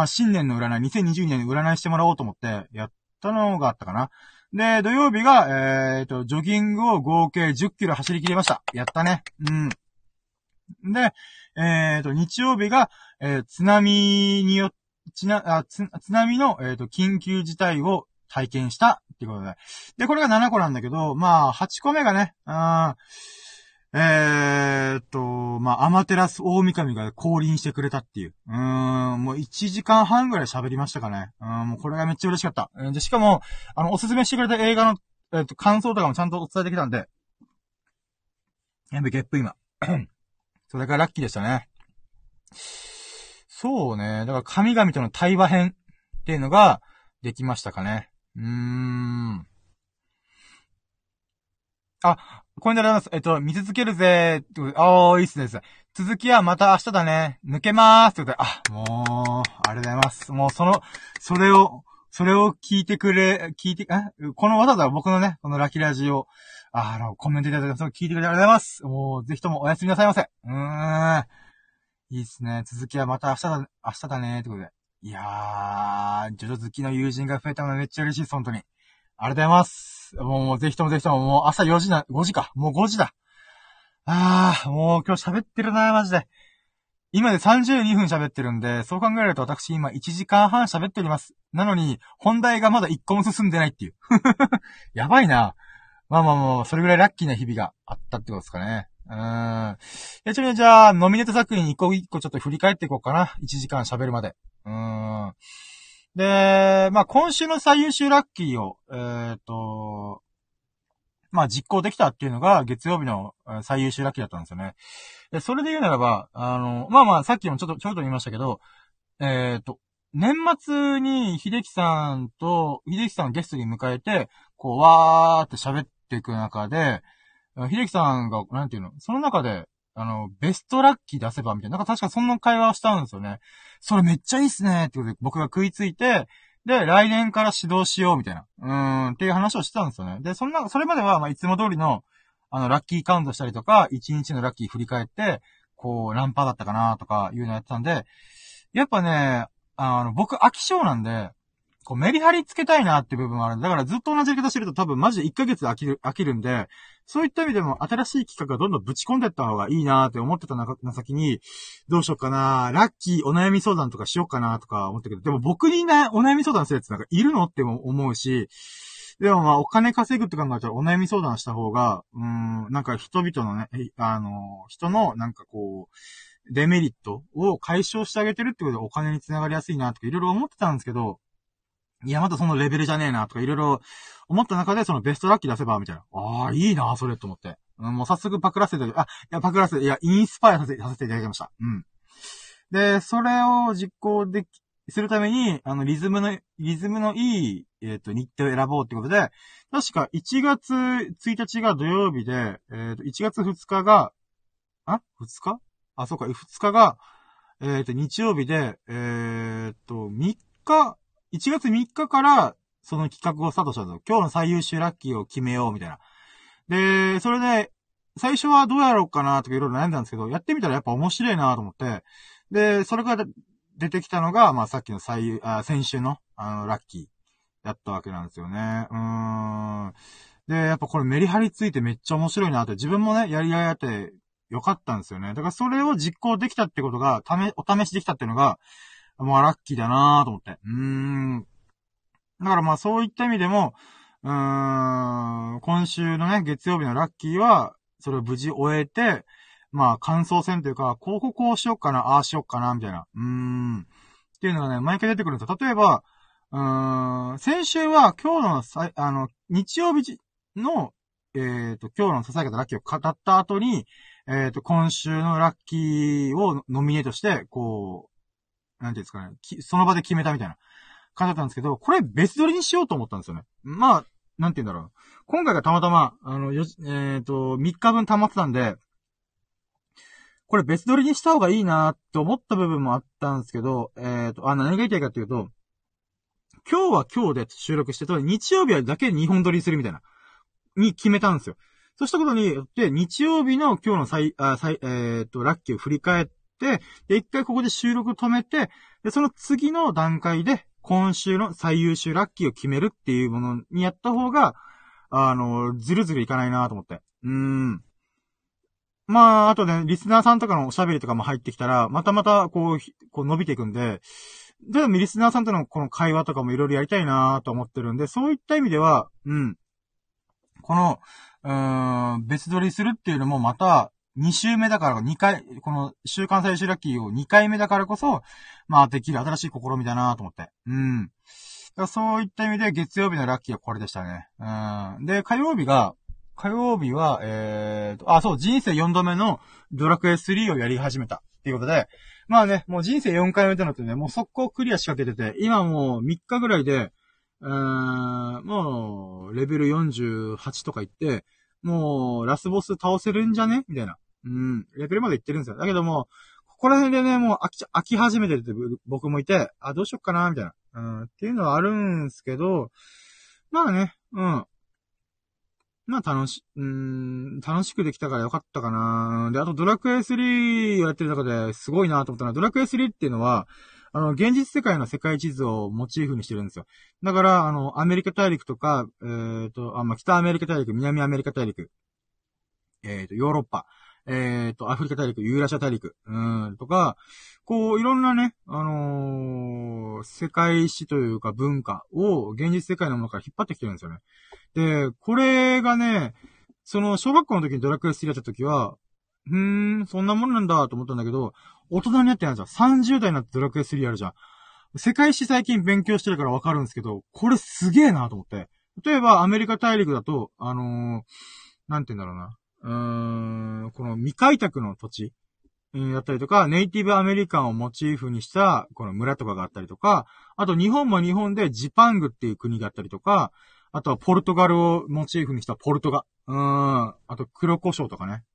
Speaker 1: 新年の占い、2020年に占いしてもらおうと思って、やったのがあったかな。で、土曜日が、ジョギングを合計10キロ走り切りました。やったね。で、日曜日が、津波の、緊急事態を体験したっていうことで。で、これが7個なんだけど、8個目がね、アマテラス大神が降臨してくれたっていう。もう1時間半ぐらい喋りましたかね。もうこれがめっちゃ嬉しかった。で、しかも、おすすめしてくれた映画の、感想とかもちゃんとお伝えできたんで、やべ、ゲップ今。それがラッキーでしたね。そうね。だから神々との対話編っていうのができましたかね。これであります。見続けるぜー。いいっすね。続きはまた明日だね。抜けまーす。ってことで、もう、ありがとうございます。もうそれを聞いて、このわざわざ僕のね、このラキラジを、コメントいただいて、聞いてくれてありがとうございます。もう、ぜひともおやすみなさいませ。いいっすね。続きはまた明日だね。ってことで。いやー、ジョジョ好きの友人が増えたのめっちゃ嬉しいです、本当に。ありがとうございます。もう、ぜひとも、もう朝4時5時か。もう5時だ。もう今日喋ってるな、マジで。今で32分喋ってるんで、そう考えると私今1時間半喋っております。なのに、本題がまだ1個も進んでないっていう。やばいな。もう、それぐらいラッキーな日々があったってことですかね。ちなみにじゃあ、ノミネート作品一個一個ちょっと振り返っていこうかな。1時間喋るまで。で、今週の最優秀ラッキーを、実行できたっていうのが月曜日の最優秀ラッキーだったんですよね。で、それで言うならば、さっきもちょっと言いましたけど、年末に秀樹さんをゲストに迎えて、こう、わーって喋っていく中で、秀樹さんが、なんていうの、その中で、ベストラッキー出せばみたいな、なんか確かそんな会話をしたんですよね。それめっちゃいいっすねってことで僕が食いついて、で、来年から指導しようみたいな、っていう話をしてたんですよね。で、それまでは、いつも通りの、ラッキーカウントしたりとか、1日のラッキー振り返って、こう、何パーだったかなとかいうのやってたんで、やっぱね、僕飽き性なんで、こうメリハリつけたいなっていう部分もあるんで、だからずっと同じやり方してると多分マジで1ヶ月で飽きるんで、そういった意味でも新しい企画がどんどんぶち込んでいった方がいいなって思ってた先に、どうしようかな、ラッキーお悩み相談とかしようかなとか思ったけど、でも僕にね、お悩み相談するやつなんかいるのって思うし、でもお金稼ぐって考えたらお悩み相談した方が、なんか人々のね、人のなんかこう、デメリットを解消してあげてるってことでお金につながりやすいなとかいろいろ思ってたんですけど、いや、まだそのレベルじゃねえなとかいろいろ思った中でそのベストラッキー出せばみたいな。いいなそれと思って。もう早速パクらせてインスパイアさせていただきました。で、それを実行するために、リズムのいい、日程を選ぼうってことで、確か1月1日が土曜日で、1月2日が、2日そうか、2日が、日曜日で、1月3日から、その企画をスタートしたんですよ。今日の最優秀ラッキーを決めよう、みたいな。で、それで、最初はどうやろうかな、とかいろいろ悩んだんですけど、やってみたらやっぱ面白いなと思って、で、それから出てきたのが、さっきの先週の、ラッキーだったわけなんですよね。で、やっぱこれメリハリついてめっちゃ面白いなって、自分もね、やりがいあって、 良かったんですよね。だからそれを実行できたってことが、お試しできたっていうのが、もうラッキーだなぁと思って。だからまあそういった意味でも、今週のね、月曜日のラッキーは、それを無事終えて、まあ感想戦というか、こうしよっかな、ああしよっかな、みたいな。っていうのがね、毎回出てくるんですよ。例えば、先週は今日の日曜日の、今日のささやかなラッキーを語った後に、今週のラッキーをノミネートして、こう、なんていうんですかね、その場で決めたみたいな感じだったんですけど、これ別撮りにしようと思ったんですよね。まあ、なんて言うんだろう。今回がたまたま、3日分溜まってたんで、これ別撮りにした方がいいなって思った部分もあったんですけど、何が言いたいかっていうと、今日は今日で収録してと、日曜日はだけ2本撮りするみたいな、に決めたんですよ。そうしたことによって、日曜日の今日のラッキーを振り返って、で、一回ここで収録止めて、で、その次の段階で、今週の最優秀ラッキーを決めるっていうものにやった方が、ずるずるいかないなと思って。まあ、あとね、リスナーさんとかのおしゃべりとかも入ってきたら、またこう伸びていくんで、でもリスナーさんとのこの会話とかもいろいろやりたいなと思ってるんで、そういった意味では、この、別撮りするっていうのもまた、2週目だから2回、この週刊最終ラッキーを2回目だからこそ、まあできる新しい試みだなと思って。だからそういった意味で月曜日のラッキーはこれでしたね。で、火曜日は、そう、人生4度目のドラクエ3をやり始めたっていうことで、まあね、もう人生4回目となってね、もう速攻クリアしかけてて、今もう3日ぐらいで、もう、レベル48とか言って、もう、ラスボス倒せるんじゃねみたいな。レベルまで行ってるんですよ。だけども、ここら辺でね、もう飽き始めてるって僕もいて、どうしよっかなみたいな。っていうのはあるんですけど、まあね、まあ楽しくできたからよかったかな。で、あとドラクエ3をやってる中ですごいなと思ったのは、ドラクエ3っていうのは、現実世界の世界地図をモチーフにしてるんですよ。だから、アメリカ大陸とか、北アメリカ大陸、南アメリカ大陸、ヨーロッパ、アフリカ大陸、ユーラシア大陸、とか、こう、いろんなね、世界史というか文化を現実世界のものから引っ張ってきてるんですよね。で、これがね、その、小学校の時にドラクエ3やった時は、そんなもんなんだと思ったんだけど、大人になってないじゃん。30代になってドラクエ3やるじゃん。世界史最近勉強してるからわかるんですけど、これすげえなと思って。例えばアメリカ大陸だと、なんて言うんだろうな。この未開拓の土地、だったりとか、ネイティブアメリカンをモチーフにした、この村とかがあったりとか、あと日本も日本でジパングっていう国があったりとか、あとはポルトガルをモチーフにしたポルトガ。あと黒胡椒とかね。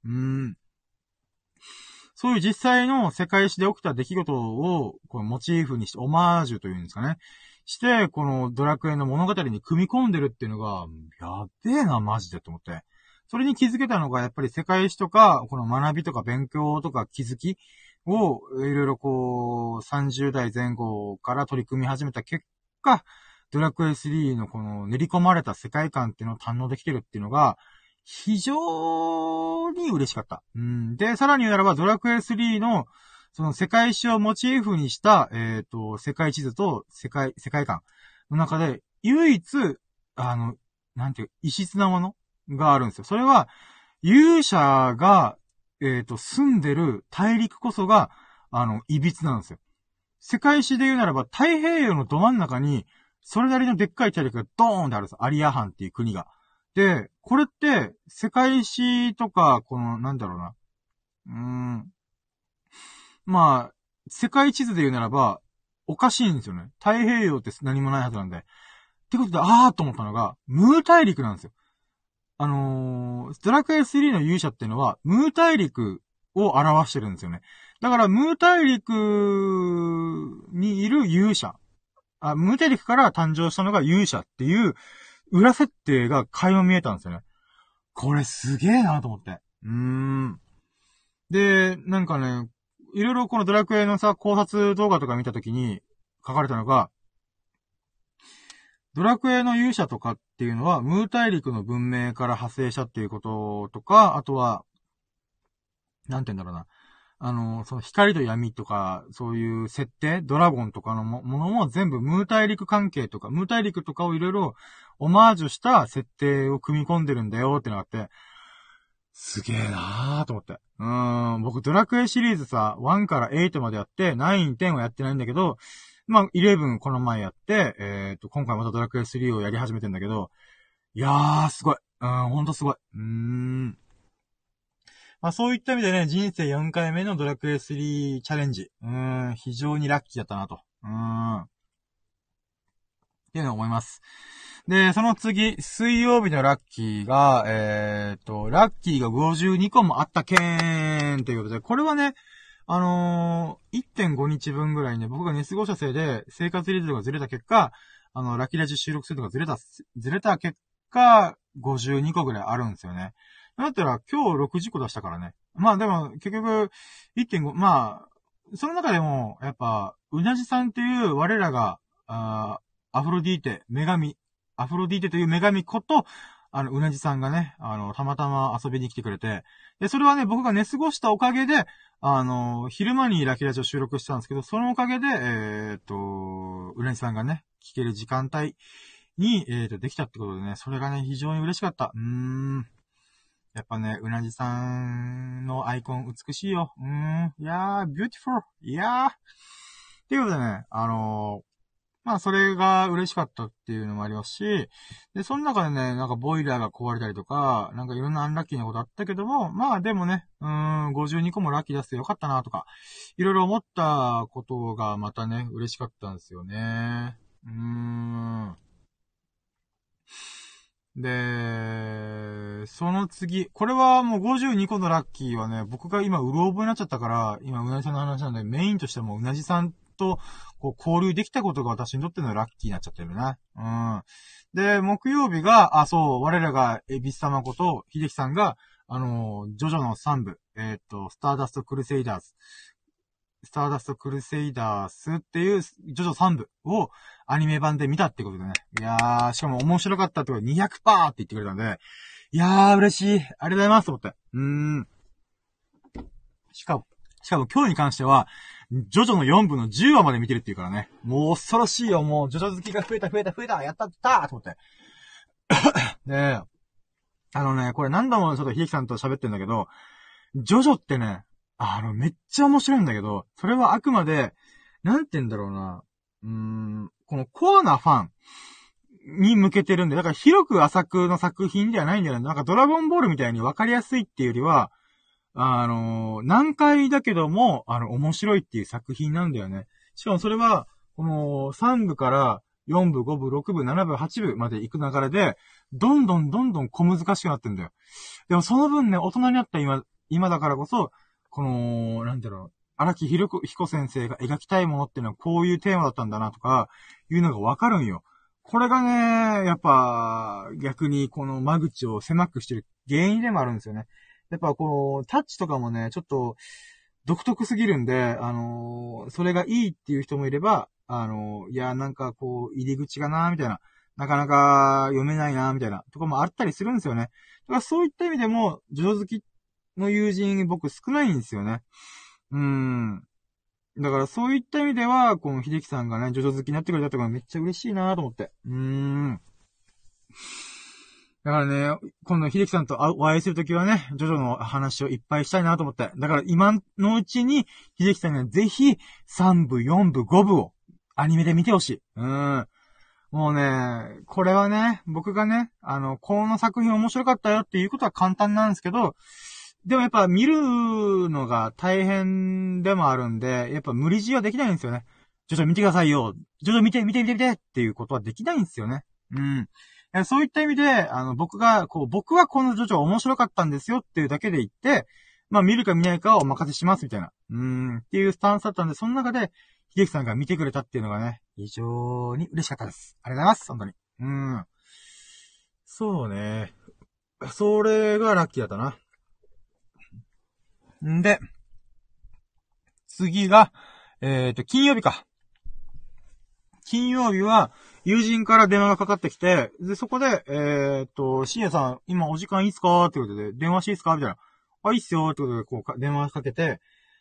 Speaker 1: そういう実際の世界史で起きた出来事を、このモチーフにして、オマージュというんですかね。して、このドラクエの物語に組み込んでるっていうのが、やっべえな、マジでと思って。それに気づけたのが、やっぱり世界史とか、この学びとか勉強とか気づきを、いろいろこう、30代前後から取り組み始めた結果、ドラクエ3のこの練り込まれた世界観っていうのを堪能できてるっていうのが、非常に嬉しかった。で、さらに言うならば、ドラクエ3の、その世界史をモチーフにした、世界地図と世界観の中で、唯一、なんていう、異質なものがあるんですよ。それは、勇者が、住んでる大陸こそが、異質なんですよ。世界史で言うならば、太平洋のど真ん中に、それなりのでっかい大陸がドーンってあるんですよ。アリア藩っていう国が。で、これって、世界史とか、この、なんだろうな。まあ、世界地図で言うならば、おかしいんですよね。太平洋って何もないはずなんで。ってことで、と思ったのが、ムー大陸なんですよ。ドラクエ3の勇者っていうのは、ムー大陸を表してるんですよね。だから、ムー大陸にいる勇者。ムー大陸から誕生したのが勇者っていう、裏設定が垣間見えたんですよね。これすげえなと思って。で、なんかね、いろいろこのドラクエのさ、考察動画とか見たときに書かれたのが、ドラクエの勇者とかっていうのは、ムー大陸の文明から派生したっていうこととか、あとは、 なんて言うんだろうな。その光と闇とか、そういう設定、ドラゴンとかのものも全部ムー大陸関係とか、ムー大陸とかをいろいろオマージュした設定を組み込んでるんだよってのがあって、すげえなーと思って。僕ドラクエシリーズさ、1から8までやって、9、10はやってないんだけど、まあ、11この前やって、今回またドラクエ3をやり始めてんだけど、いやー、すごい。ほんとすごい。まあそういった意味でね、人生4回目のドラクエ3チャレンジ。非常にラッキーだったなと。っていうのを思います。で、その次、水曜日のラッキーが、ラッキーが52個もあったけーんということで、これはね、1.5 日分ぐらいね、僕が寝過ごしたせいで、生活リズムがずれた結果、ラッキーラジ収録するのがずれた結果、52個ぐらいあるんですよね。だったら、今日60個出したからね。まあでも、結局、1.5、まあ、その中でも、やっぱ、うなじさんっていう我らが、アフロディーテという女神こと、うなじさんがね、たまたま遊びに来てくれて、で、それはね、僕が寝過ごしたおかげで、昼間にラキラジを収録したんですけど、そのおかげで、うなじさんがね、聞ける時間帯に、できたってことでね、それがね、非常に嬉しかった。やっぱね、うなじさんのアイコン美しいよ。いやー、ビューティフル。いやー。っていうことでね、まあ、それが嬉しかったっていうのもありますし、で、その中でね、なんかボイラーが壊れたりとか、なんかいろんなアンラッキーなことあったけども、まあでもね、52個もラッキー出してよかったなとか、いろいろ思ったことがまたね、嬉しかったんですよね。で、その次、これはもう52個のラッキーはね、僕が今うろ覚えになっちゃったから、今うなじさんの話なんで、メインとしてもうなじさんとこう交流できたことが私にとってのラッキーになっちゃってるね。で、木曜日が、そう、我らがエビス様こと秀樹さんが、ジョジョの3部、スターダストクルセイダーズ。スターダストクルセイダースっていう、ジョジョ3部をアニメ版で見たってことでね。いやー、しかも面白かったってことで 200% って言ってくれたんで、いやー、嬉しい。ありがとうございますと思って。しかも今日に関しては、ジョジョの4部の10話まで見てるっていうからね。もう恐ろしいよ、もう、ジョジョ好きが増えた、やったと思って。で、これ何度もちょっと秀樹さんと喋ってんだけど、ジョジョってね、めっちゃ面白いんだけど、それはあくまで、なんて言うんだろうな。このコアなファンに向けてるんで、だから広く浅くの作品ではないんだよね。なんかドラゴンボールみたいに分かりやすいっていうよりは、難解だけども、面白いっていう作品なんだよね。しかもそれは、この3部から4部、5部、6部、7部、8部まで行く流れで、どんどん小難しくなってんだよ。でもその分ね、大人になった今だからこそ、この、なんだろう、荒木彦先生が描きたいものっていうのはこういうテーマだったんだなとか、いうのがわかるんよ。これがね、やっぱ、逆にこの間口を狭くしてる原因でもあるんですよね。やっぱこう、タッチとかもね、ちょっと、独特すぎるんで、それがいいっていう人もいれば、いや、なんかこう、入り口がな、みたいな、なかなか読めないな、みたいな、とかもあったりするんですよね。だからそういった意味でも、ジョジョ好きの友人、僕少ないんですよね。だからそういった意味では、この秀樹さんがね、ジョジョ好きになってくれたとかめっちゃ嬉しいなと思って。だからね、今度秀樹さんとお会いするときはね、ジョジョの話をいっぱいしたいなと思って。だから今のうちに、秀樹さんにはぜひ、3部、4部、5部をアニメで見てほしい。もうね、これはね、僕がね、この作品面白かったよっていうことは簡単なんですけど、でもやっぱ見るのが大変でもあるんで、やっぱ無理強いはできないんですよね。ジョジョ見てくださいよ。ジョジョ見てっていうことはできないんですよね。そういった意味で、僕はこのジョジョ面白かったんですよっていうだけで言って、まあ見るか見ないかはお任せしますみたいな。っていうスタンスだったんで、その中で、秀樹さんが見てくれたっていうのがね、非常に嬉しかったです。ありがとうございます。本当に。そうね。それがラッキーだったな。んで、次が、金曜日か。金曜日は、友人から電話がかかってきて、で、そこで、深夜さん、今お時間いいっすかって言うことで、電話していいっすかみたいな。 あ、いいっすよってことで、電話かけて、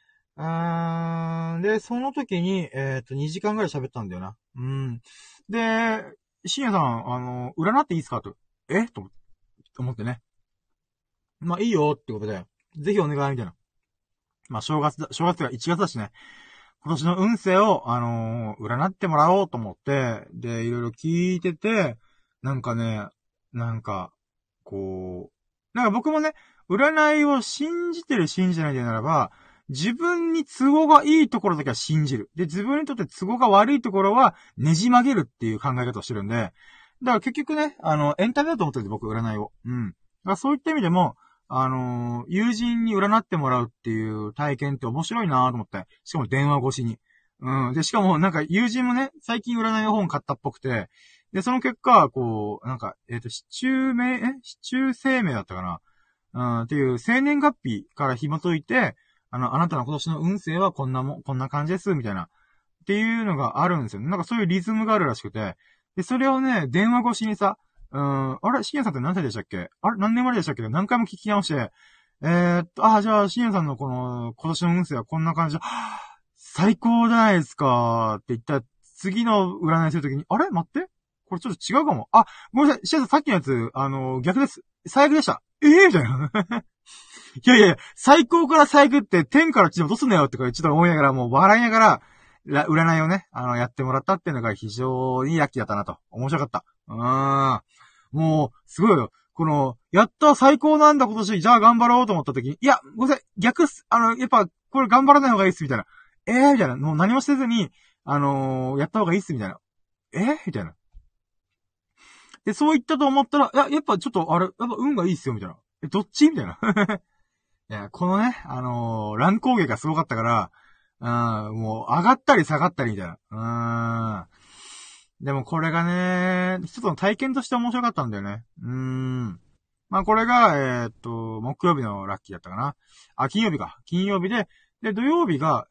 Speaker 1: で、その時に、2時間ぐらい喋ったんだよな。うん。で、深夜さん、占っていいっすかと。と思ってね。まあ、いいよってことで、ぜひお願いみたいな。まあ、正月が1月だしね。今年の運勢を、占ってもらおうと思って、で、いろいろ聞いてて、なんかね、なんか、なんか僕もね、占いを信じてる信じてないでならば、自分に都合がいいところだけは信じる。で、自分にとって都合が悪いところはねじ曲げるっていう考え方をしてるんで、だから結局ね、エンタメだと思ってるんです僕、占いを。うん。だからそういった意味でも、友人に占ってもらうっていう体験って面白いなと思って。しかも電話越しに。うん。で、しかもなんか友人もね、最近占いの本買ったっぽくて、で、その結果、なんか、市中生命だったかな。っていう生年月日から紐解いて、あなたの今年の運勢はこんな感じです、みたいな。っていうのがあるんですよね。なんかそういうリズムがあるらしくて。で、それをね、電話越しにさ、あれ、深夜さんって何歳でしたっけあれ、何年前でしたっけ何回も聞き直して、じゃあ、深夜さんの今年の運勢はこんな感じ、最高じゃないですかって言ったら、次の占いするときに、あれ待って、これちょっと違うかも。あ、ごめんなさい、深夜さんさっきのやつ、逆です。最悪でした。みたいな。いやいや、最高から最悪って天から地に落とすなよってちょっと思いながら、もう笑いながら、占いをね、やってもらったっていうのが非常にラッキーだったなと。面白かった。もう、すごいよ。やった最高なんだ今年、じゃあ頑張ろうと思った時に、いや、ごめんなさい、逆っす。やっぱ、これ頑張らない方がいいっす、みたいな。みたいな。もう何もせずに、やった方がいいっす、みたいな。みたいな。で、そう言ったと思ったら、やっぱちょっと、やっぱ運がいいっすよ、みたいな。どっちみたいな。いや、このね、乱高下がすごかったから、もう上がったり下がったりみたいな。でもこれがね、一つの体験として面白かったんだよね。まあこれが、木曜日のラッキーだったかな。金曜日か。金曜日で、で、土曜日が、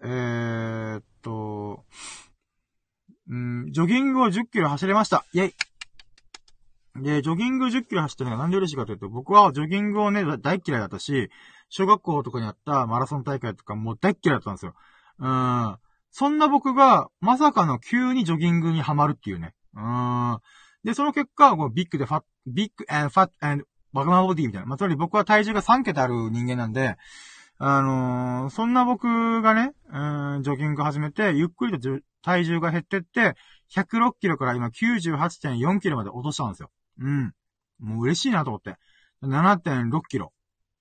Speaker 1: ジョギングを10キロ走れました。イェイ。で、ジョギング10キロ走ったのがなんで嬉しいかというと、僕はジョギングをね、大嫌いだったし、小学校とかにあったマラソン大会とかもう大嫌いだったんですよ。そんな僕が、まさかの急にジョギングにはまるっていうね。で、その結果、ビッグand fat and バグマボディみたいな。まあ、つまり僕は体重が3桁ある人間なんで、そんな僕がね、ジョギング始めて、ゆっくりと体重が減ってって、106キロから今 98.4 キロまで落としたんですよ。もう嬉しいなと思って。7.6 キロ。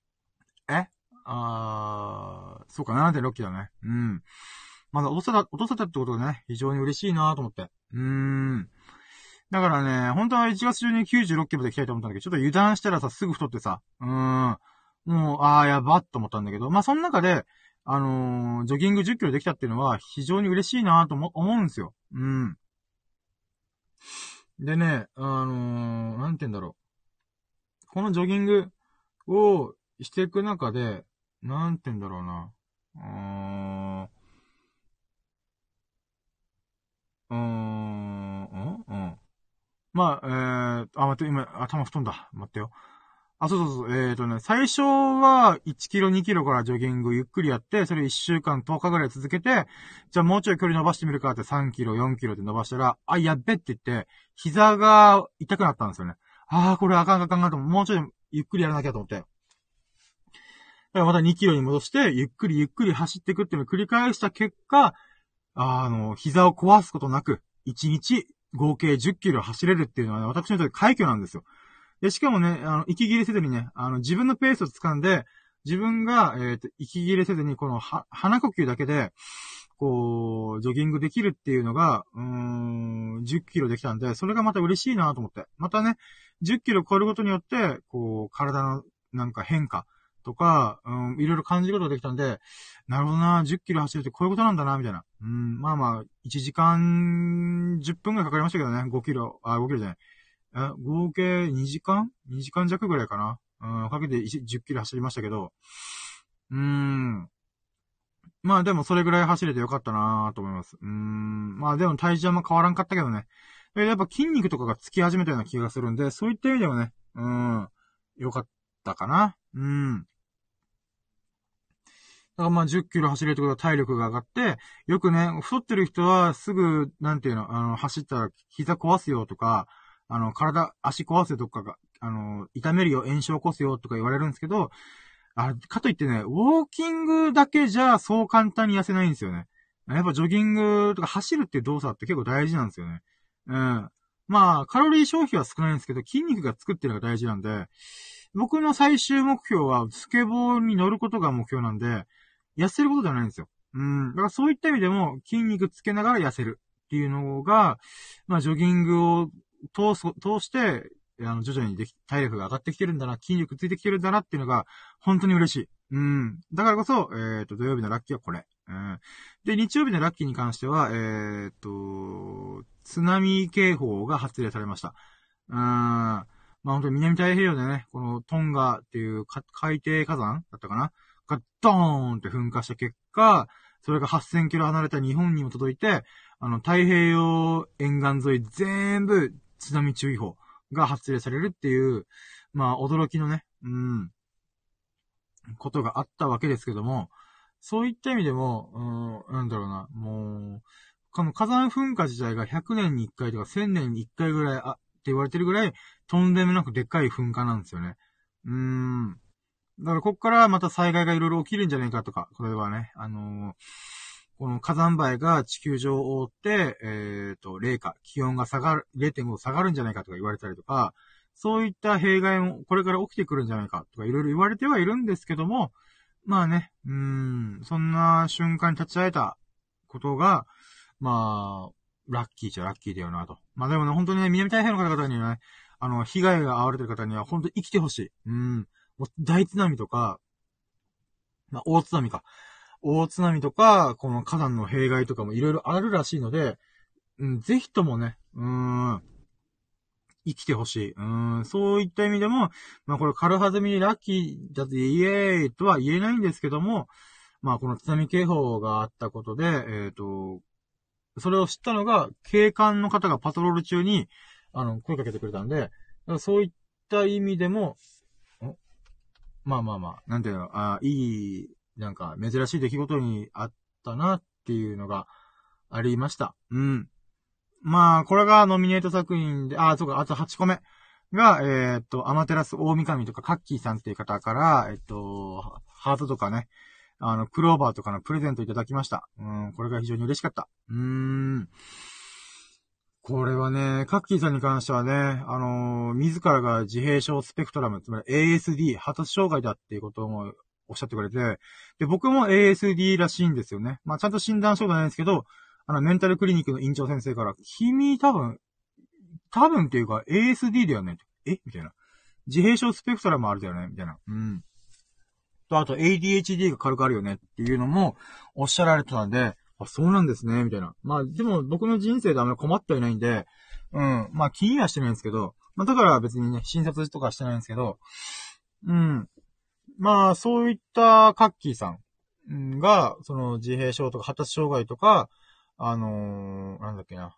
Speaker 1: そうか、7.6 キロね。まだ落とせたってことがね、非常に嬉しいなと思って。だからね、本当は1月中に96キロで行きたいと思ったんだけど、ちょっと油断したらさ、すぐ太ってさ、もう、やばっと思ったんだけど、まあ、その中で、ジョギング10キロできたっていうのは非常に嬉しいなと思うんですよ。でね、なんて言うんだろう。このジョギングをしていく中で、なんて言うんだろうな。まあ、待って、今、頭布団だ。待ってよ。そう。最初は1キロ、2キロからジョギングゆっくりやって、それ1週間、10日ぐらい続けて、じゃあもうちょい距離伸ばしてみるかって3キロ、4キロで伸ばしたら、やっべって言って、膝が痛くなったんですよね。これあかんと、もうちょいゆっくりやらなきゃと思って。だからまた2キロに戻して、ゆっくり走っていくっていうのを繰り返した結果、膝を壊すことなく、1日合計10キロ走れるっていうのは、ね、私にとって快挙なんですよ。で、しかもね、息切れせずにね、自分のペースを掴んで、自分が、息切れせずに、鼻呼吸だけで、ジョギングできるっていうのが、10キロできたんで、それがまた嬉しいなと思って。またね、10キロ超えることによって、体のなんか変化とか、いろいろ感じることができたんで、なるほどな、10キロ走るってこういうことなんだな、みたいな。まあ、1時間10分くらいかかりましたけどね、5キロじゃない。合計2時間 ?2 時間弱ぐらいかな。かけて10キロ走りましたけど。まあでもそれぐらい走れてよかったなと思います。まあでも体重は変わらんかったけどね。やっぱ筋肉とかがつき始めたような気がするんで、そういった意味でもね、よかったかな。 だからまあ10キロ走れるってことは体力が上がって、よくね、太ってる人はすぐ、なんていうの、走ったら膝壊すよとか、足壊すよとかが、痛めるよ、炎症起こすよとか言われるんですけど、かといってね、ウォーキングだけじゃそう簡単に痩せないんですよね。やっぱジョギングとか走るっていう動作って結構大事なんですよね。うん。まあ、カロリー消費は少ないんですけど、筋肉がつくっていうのが大事なんで、僕の最終目標はスケボーに乗ることが目標なんで、痩せることではないんですよ。うん。だからそういった意味でも筋肉つけながら痩せるっていうのが、まあ、ジョギングを通して、徐々に体力が上がってきてるんだな、筋力ついてきてるんだなっていうのが、本当に嬉しい。うん。だからこそ、土曜日のラッキーはこれ。うん。で、日曜日のラッキーに関しては、津波警報が発令されました。まあ本当に南太平洋でね、このトンガっていう海底火山だったかながドーンって噴火した結果、それが8000キロ離れた日本にも届いて、太平洋沿岸沿い全部津波注意報が発令されるっていう、まあ驚きのね、ことがあったわけですけども、そういった意味でも、なんだろうな、もう、この火山噴火自体が100年に1回とか1000年に1回ぐらいって言われてるぐらい、とんでもなくでっかい噴火なんですよね。だからこっからまた災害がいろいろ起きるんじゃないかとか、これはね、この火山灰が地球上を覆って、零下、気温が0.5 下がるんじゃないかとか言われたりとか、そういった弊害もこれから起きてくるんじゃないかとかいろいろ言われてはいるんですけども、まあね、そんな瞬間に立ち会えたことが、まあ、ラッキーじゃラッキーだよなと。まあでもね、本当にね、南太平洋の方々にはね、被害が遭われてる方には本当に生きてほしい。もう大津波とか、まあ大津波か。大津波とか、この火山の弊害とかもいろいろあるらしいので、ぜひともね、生きてほしい。そういった意味でも、まあこれ軽はずみにラッキーだってイエーイとは言えないんですけども、まあこの津波警報があったことで、それを知ったのが、警官の方がパトロール中に、声かけてくれたんで、そういった意味でも、まあまあまあ、なんていうの、いい、なんか珍しい出来事にあったなっていうのがありました。まあ、これがノミネート作品で、そうか、あと8個目が、アマテラス大神とかカッキーさんっていう方から、ハートとかね、クローバーとかのプレゼントいただきました。これが非常に嬉しかった。これはね、カッキーさんに関してはね、自らが自閉症スペクトラム、つまり ASD、発達障害だっていうこともおっしゃってくれて、で、僕も ASD らしいんですよね。まあ、ちゃんと診断書がないんですけど、メンタルクリニックの院長先生から、君多分っていうか ASD だよね。みたいな。自閉症スペクトラムあるだよねみたいな。あと ADHD が軽くあるよねっていうのもおっしゃられてたんで、そうなんですね、みたいな。まあ、でも僕の人生であんまり困ってはいないんで、まあ気にはしてないんですけど、まあだから別にね、診察とかしてないんですけど、まあそういったカッキーさんが、その自閉症とか発達障害とか、なんだっけな、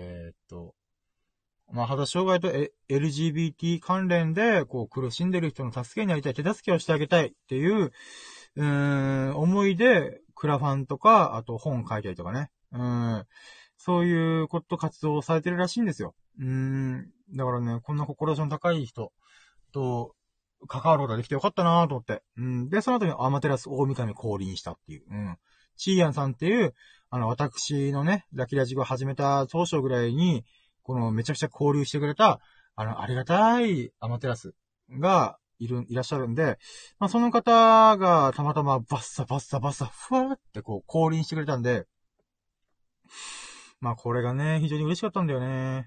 Speaker 1: まあ、発達障害とLGBT 関連で、こう、苦しんでる人の助けになりたい、手助けをしてあげたいっていう、思いで、クラファンとか、あと本書いたりとかね。そういう活動をされてるらしいんですよ。だからね、こんな志の高い人と関わることができてよかったなと思って。で、その後にアマテラス大神降臨したっていう。チーヤンさんっていう、私のね、ラキラジゴ始めた当初ぐらいに、このめちゃくちゃ交流してくれた、ありがたいアマテラスがいらっしゃるんで、まあ、その方がたまたまバッサ、ふわーってこう降臨してくれたんで、まあこれがね、非常に嬉しかったんだよね。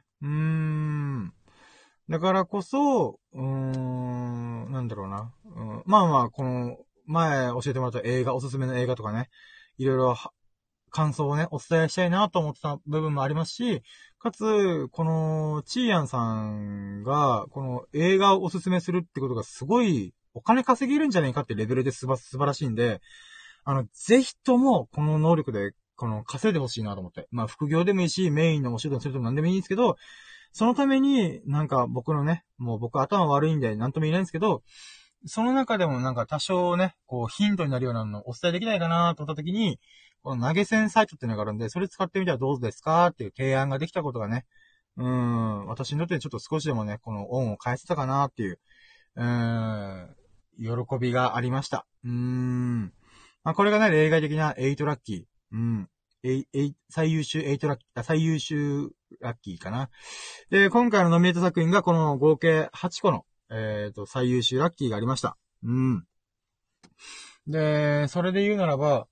Speaker 1: だからこそ、なんだろうな。まあまあ、この、前教えてもらったおすすめの映画とかね、いろいろ感想をね、お伝えしたいなと思ってた部分もありますし、かつ、この、チーヤンさんが、この映画をおすすめするってことがすごい、お金稼げるんじゃないかってレベルで素晴らしいんで、ぜひとも、この能力で、稼いでほしいなと思って。まあ、副業でもいいし、メインのお仕事にするとも何でもいいんですけど、そのために、なんか僕のね、もう僕頭悪いんで何とも言えないんですけど、 その中でもなんか多少ね、こうヒントになるようなのをお伝えできないかなと思った時に、この投げ銭サイトっていうのがあるんで、それ使ってみたらどうですかっていう提案ができたことがね、私にとってちょっと少しでもね、この恩を返せたかなっていう、喜びがありました。まあ、これがね、例外的な8ラッキー。最優秀8ラッキー、最優秀ラッキーかな。で、今回のノミネート作品がこの合計8個の、最優秀ラッキーがありました。で、それで言うならば、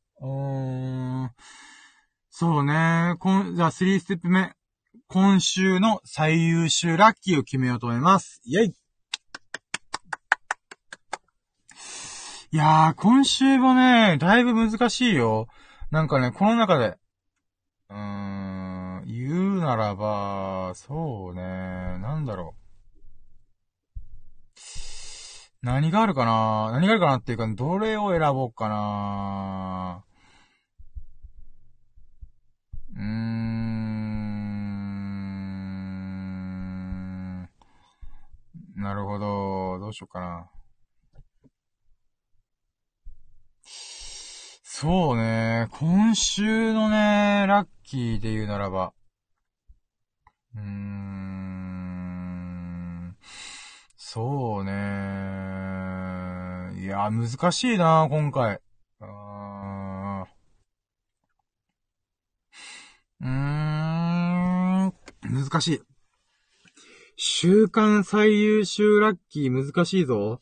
Speaker 1: そうね、じゃあ3ステップ目。今週の最優秀ラッキーを決めようと思います。イェイ。いやー、今週もね、だいぶ難しいよ。なんかね、この中で、言うならば、そうね、なんだろう。何があるかなっていうか、どれを選ぼうかな。なるほど。どうしようかな。そうね。今週のね、ラッキーで言うならば。そうね。いや、難しいな、今回。難しい。週間最優秀ラッキー難しいぞ。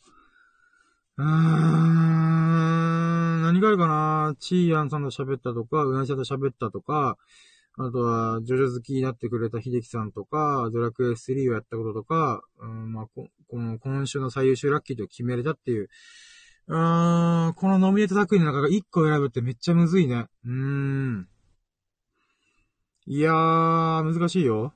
Speaker 1: 何があるかな。チーアンさんと喋ったとか、うなぎちゃんと喋ったとか、あとは、ジョジョ好きになってくれた秀樹さんとか、ドラクエ3をやったこととか、まあ、この今週の最優秀ラッキーと決めれたっていう。このノミネート作品の中が1個選ぶってめっちゃむずいね。いやー、難しいよ。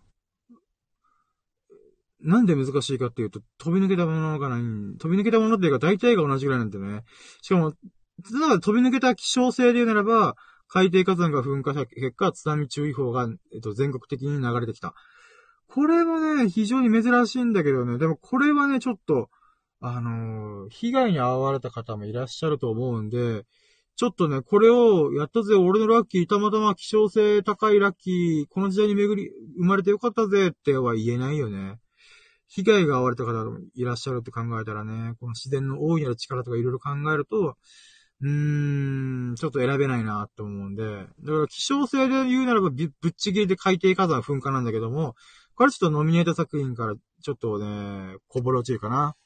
Speaker 1: なんで難しいかっていうと、飛び抜けたものがない。飛び抜けたものっていうか大体が同じぐらいなんでね。しかも、飛び抜けた希少性で言うならば、海底火山が噴火した結果、津波注意報が、全国的に流れてきた。これもね、非常に珍しいんだけどね、でもこれはね、ちょっと、被害に遭われた方もいらっしゃると思うんで、ちょっとね、これを、やったぜ、俺のラッキー、たまたま希少性高いラッキー、この時代に生まれてよかったぜっては言えないよね。被害が遭われた方もいらっしゃるって考えたらね、この自然の大いなる力とかいろいろ考えると、ちょっと選べないなって思うんで、だから希少性で言うならばぶっちぎりで海底火山噴火なんだけども、これちょっとノミネート作品からちょっとね、こぼれ落ちるかな。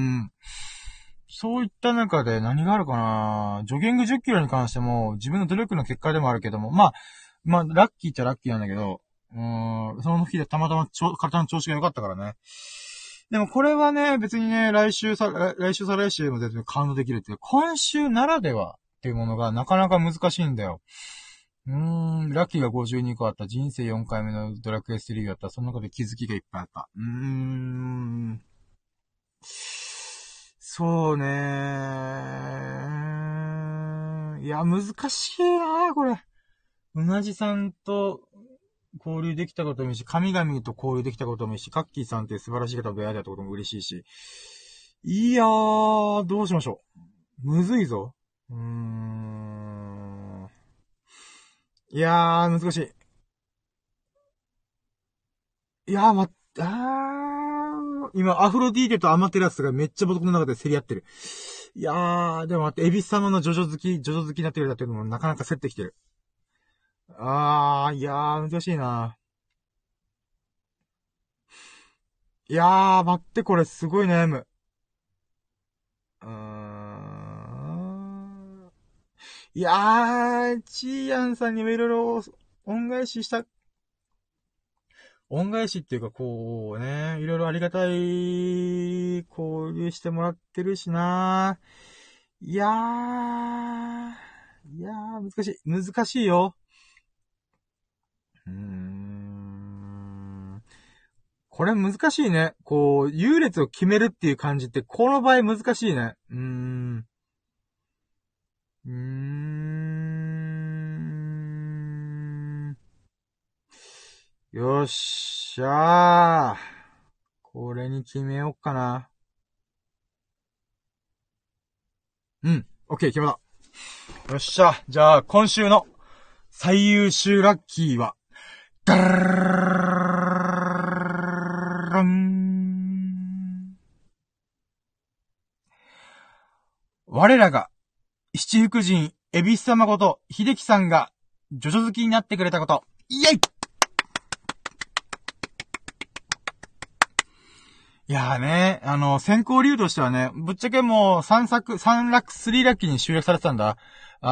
Speaker 1: そういった中で何があるかな。ジョギング10キロに関しても自分の努力の結果でもあるけども、まあ、ラッキーっちゃラッキーなんだけど、その日でたまたま体の調子が良かったからね。でもこれはね、別にね、来週再来週も全然カウントできるっていう、今週ならではっていうものがなかなか難しいんだよ。ラッキーが52個あった。人生4回目のドラクエ3だった。その中で気づきがいっぱいあった。そうねいや、難しいなこれ。うなじさんと交流できたこともいいし、神々と交流できたこともいいし、カッキーさんって素晴らしい方と出会えたことも嬉しいし。いやー、どうしましょう。むずいぞ。いやー、難しい。いやー、今、アフロディーテとアマテラスがめっちゃ僕の中で競り合ってる。いやー、でも待って、エビス様のジョジョ好きになってくれたっていうのもなかなか競ってきてる。いやー、難しいな。いやー、待って、これすごい悩む。いやー、チーアンさんにもいろいろ恩返しっていうか、こうね、いろいろありがたい交流してもらってるしいやー、難しい。難しいよ。これ難しいね。こう、優劣を決めるっていう感じって、この場合難しいね。よっしゃー。これに決めようかな。 うん。オッケー、決めた。よっしゃ。じゃあ、今週の最優秀ラッキーは、ダラン。我らが、七福神、エビス様こと、秀樹さんが、ジョジョ好きになってくれたこと。イェイ。いやーね、選考理由としてはね、ぶっちゃけもう3ラック、3ラッキーに集約されてたんだ。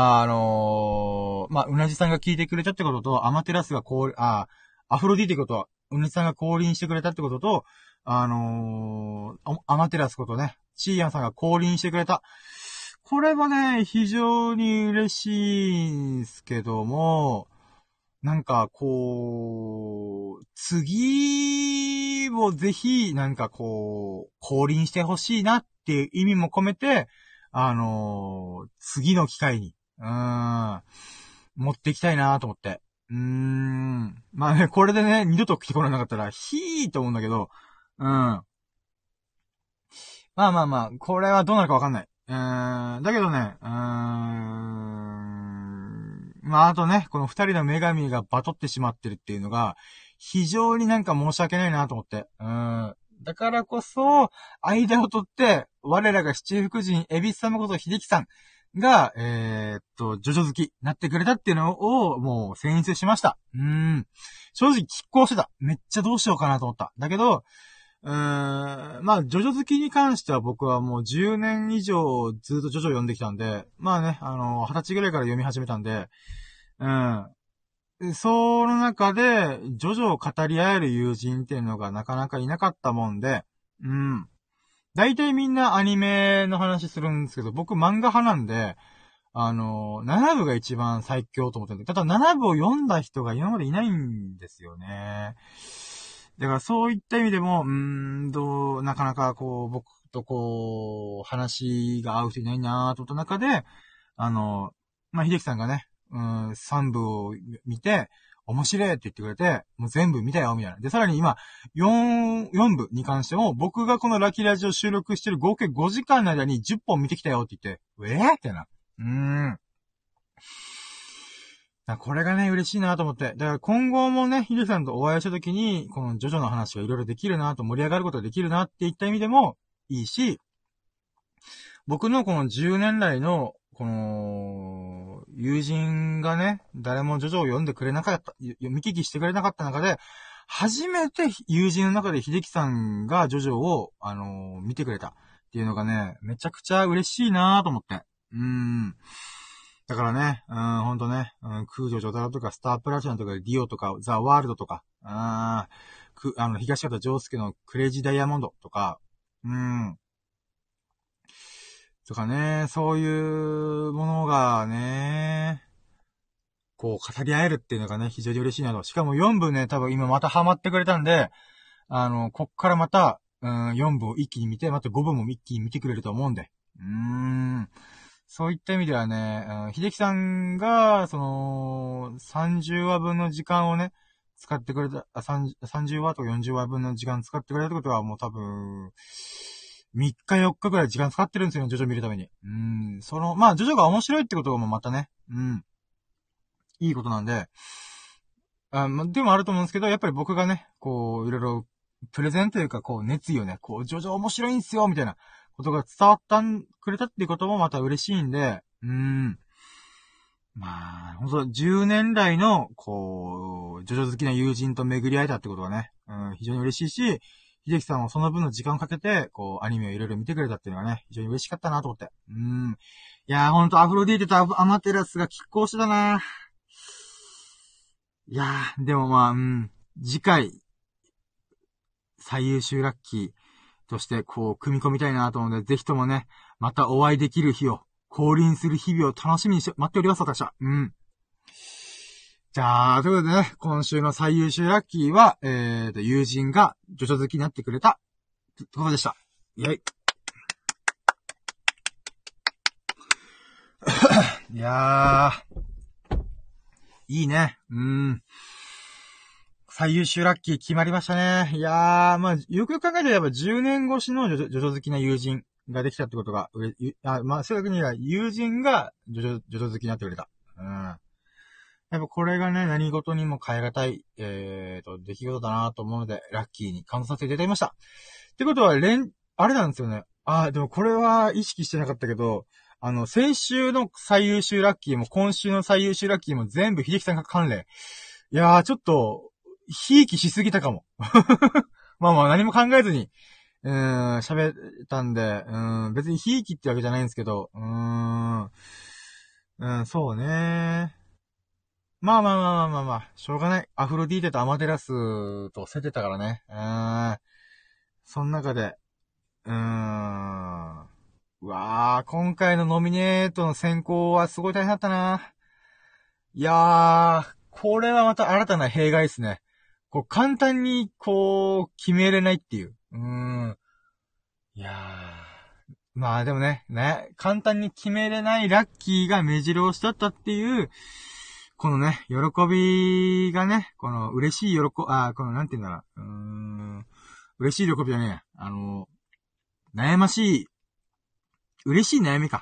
Speaker 1: まあ、うなじさんが聞いてくれたってことと、アマテラスがアフロディってことは、うなじさんが降臨してくれたってことと、アマテラスことね、チーヤンさんが降臨してくれた。これはね、非常に嬉しいんすけども、なんか、こう、次をぜひ、なんかこう、降臨してほしいなっていう意味も込めて、次の機会に、持っていきたいなと思って。まあね、これでね、二度と来てこられなかったら、ひーと思うんだけど、まあまあまあ、これはどうなるかわかんない。だけどね、まああとね、この二人の女神がバトってしまってるっていうのが、非常になんか申し訳ないなと思って。だからこそ、間を取って、我らが七福神、エビス様こと秀樹さんが、ジョジョ好き、なってくれたっていうのを、もう選出しました。正直、拮抗してた。めっちゃどうしようかなと思った。だけど、まあ、ジョジョ好きに関しては僕はもう10年以上ずっとジョジョ読んできたんで、まあね、20歳ぐらいから読み始めたんで、その中で、ジョジョを語り合える友人っていうのがなかなかいなかったもんで、大体みんなアニメの話するんですけど、僕漫画派なんで、7部が一番最強と思ってるんで、ただ7部を読んだ人が今までいないんですよね。だからそういった意味でも、なかなかこう、僕とこう、話が合う人いないなと思った中で、まあ、秀樹さんがね、3部を見て、面白いって言ってくれて、もう全部見たよ、みたいな。で、さらに今、4部に関しても、僕がこのラキラジオ収録してる合計5時間の間に10本見てきたよって言って、みたいな。これがね、嬉しいなと思って。だから今後もね、ヒデさんとお会いした時に、このジョジョの話がいろいろできるなと盛り上がることができるなっていった意味でもいいし、僕のこの10年来の、この、友人がね、誰もジョジョを読んでくれなかった、見聞きしてくれなかった中で、初めて友人の中で秀樹さんがジョジョを、見てくれたっていうのがね、めちゃくちゃ嬉しいなと思って。だからね、ほんとね、空女ジョダラとか、スタープラチナとか、ディオとか、ザ・ワールドとか、東方丈介のクレイジーダイヤモンドとか、とかね、そういうものがね、こう語り合えるっていうのがね、非常に嬉しいなと。しかも4部ね、多分今またハマってくれたんで、こっからまた、4部を一気に見て、また5部も一気に見てくれると思うんで。そういった意味ではね、秀樹さんが、30話分の時間をね、使ってくれた、30話とか40話分の時間使ってくれたってことはもう多分、3日4日くらい時間使ってるんですよね、ジョジョ見るために。まあ、ジョジョが面白いってこともまたね、いいことなんで、でもあると思うんですけど、やっぱり僕がね、こう、いろいろ、プレゼンというか、こう、熱意をね、こう、ジョジョ面白いんすよ、みたいなことが伝わったくれたっていうこともまた嬉しいんで、まあ、ほんと、10年来の、こう、ジョジョ好きな友人と巡り会えたってことがね、非常に嬉しいし、秀樹さんもその分の時間をかけて、こう、アニメをいろいろ見てくれたっていうのがね、非常に嬉しかったなと思って。いやーほんと、アフロディーテとアマテラスが拮抗してたな。いやー、でもまあ、次回、最優秀ラッキーとして、こう、組み込みたいなと思うので、ぜひともね、またお会いできる日を、降臨する日々を楽しみに待っております、私は。じゃあ、ということでね、今週の最優秀ラッキーは、友人がジョジョ好きになってくれた、ということでした。イェイ。いやー、いいね。最優秀ラッキー決まりましたね。いやー、まあ、よくよく考えてれば10年越しのジョジョ好きな友人ができたってことが、まあ、正確には友人がジョジョ好きになってくれた。うん。やっぱこれがね、何事にも変え難い、出来事だなと思うので、ラッキーに感動させていただきました。ってことは、あれなんですよね。でもこれは意識してなかったけど、先週の最優秀ラッキーも今週の最優秀ラッキーも全部秀樹さんが関連。いやー、ちょっと、ひいきしすぎたかも。まあまあ何も考えずに、喋ったんで、別にひいきってわけじゃないんですけど、そうね。まあまあまあまあまあまあ、しょうがない。アフロディーテとアマテラスと競ってたからね。その中で、うわー、今回のノミネートの選考はすごい大変だったな。いやー、これはまた新たな弊害ですね。こう、簡単に、こう、決めれないっていう。いやー。まあでもね、簡単に決めれないラッキーが目白押しだったっていう、このね、喜びがね、この嬉しいこのなんて言うんだろう。嬉しい喜びはね、悩ましい、嬉しい悩みか。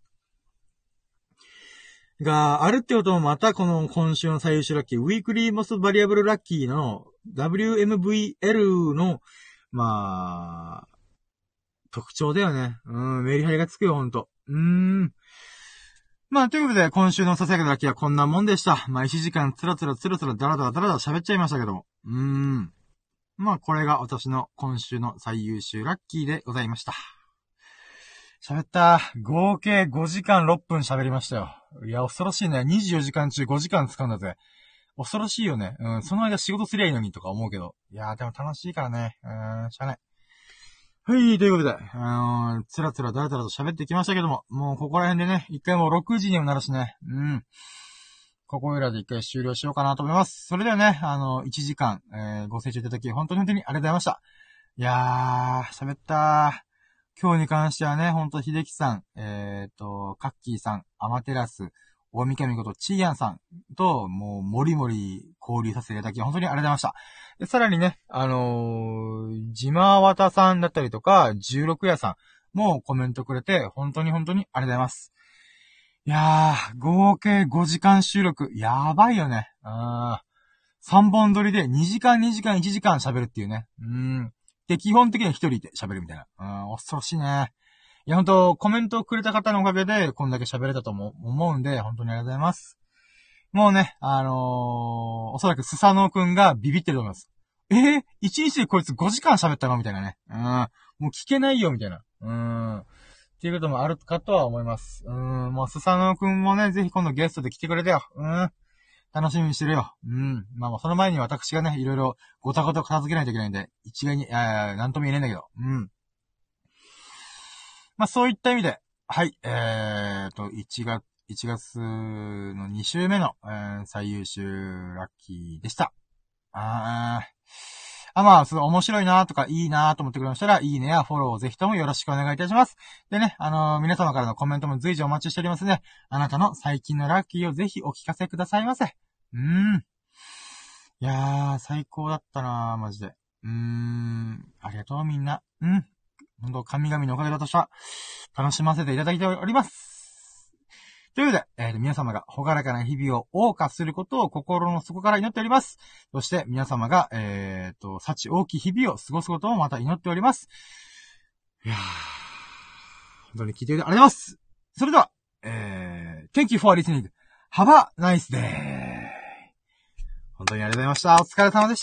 Speaker 1: があるってこともまたこの今週の最優秀ラッキー、ウィークリーモストバリアブルラッキーの WMVL の、まあ、特徴だよね。メリハリがつくよ、ほんと。まあ、ということで、今週のささやかなラッキーはこんなもんでした。まあ、1時間つらつらダラダラ喋っちゃいましたけども。まあ、これが私の今週の最優秀ラッキーでございました。喋った。合計5時間6分喋りましたよ。いや、恐ろしいね。24時間中5時間使うんだぜ。恐ろしいよね。その間仕事すりゃいいのにとか思うけど。いやでも楽しいからね。しゃあない。はい、ということで、つらつらだらだらと喋ってきましたけども、もうここら辺でね、一回もう6時にもなるしね。ここいらで一回終了しようかなと思います。それではね、1時間、ご清聴いただき、本当にありがとうございました。いや喋った今日に関してはね、ほんと、秀樹さん、カッキーさん、アマテラス、大見神ことチーヤンさんと、もう、もりもり交流させていただき、本当にありがとうございました。で、さらにね、ジマワタさんだったりとか、16夜さんもコメントくれて、本当にありがとうございます。いやー、合計5時間収録、やばいよね。3本撮りで2時間1時間喋るっていうね。で、基本的には一人で喋るみたいな。恐ろしいね。いや、ほんと、コメントをくれた方のおかげで、こんだけ喋れたと思うんで、本当にありがとうございます。もうね、おそらくスサノオくんがビビってると思います。1日でこいつ5時間喋ったのみたいなね。もう聞けないよ、みたいな。っていうこともあるかとは思います。もうスサノオくんもね、ぜひ今度ゲストで来てくれてよ。楽しみにしてるよ。まあその前に私がね、いろいろごたごた片付けないといけないんで、一概に、なんとも言えないんだけど。まあそういった意味で、はい、1月の2週目の、最優秀ラッキーでした。まあ、面白いなとかいいなと思ってくれましたら、いいねやフォローをぜひともよろしくお願いいたします。でね、皆様からのコメントも随時お待ちしておりますので、あなたの最近のラッキーをぜひお聞かせくださいませ。いやー、最高だったなマジで。ありがとうみんな。本当神々のおかげだとしたら、楽しませていただいております。ということで、皆様がほがらかな日々を謳歌することを心の底から祈っております。そして皆様が、幸大きい日々を過ごすことをまた祈っております。いやー、本当に聞いていただきありがとうございます。それでは、Thank you for listening. Have a nice day. 本当にありがとうございました。お疲れ様でした。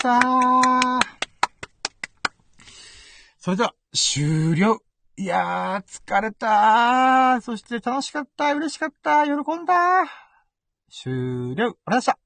Speaker 1: それでは、終了。いやー、疲れたー。そして楽しかった。嬉しかった。喜んだ。終了。ありがとうございました。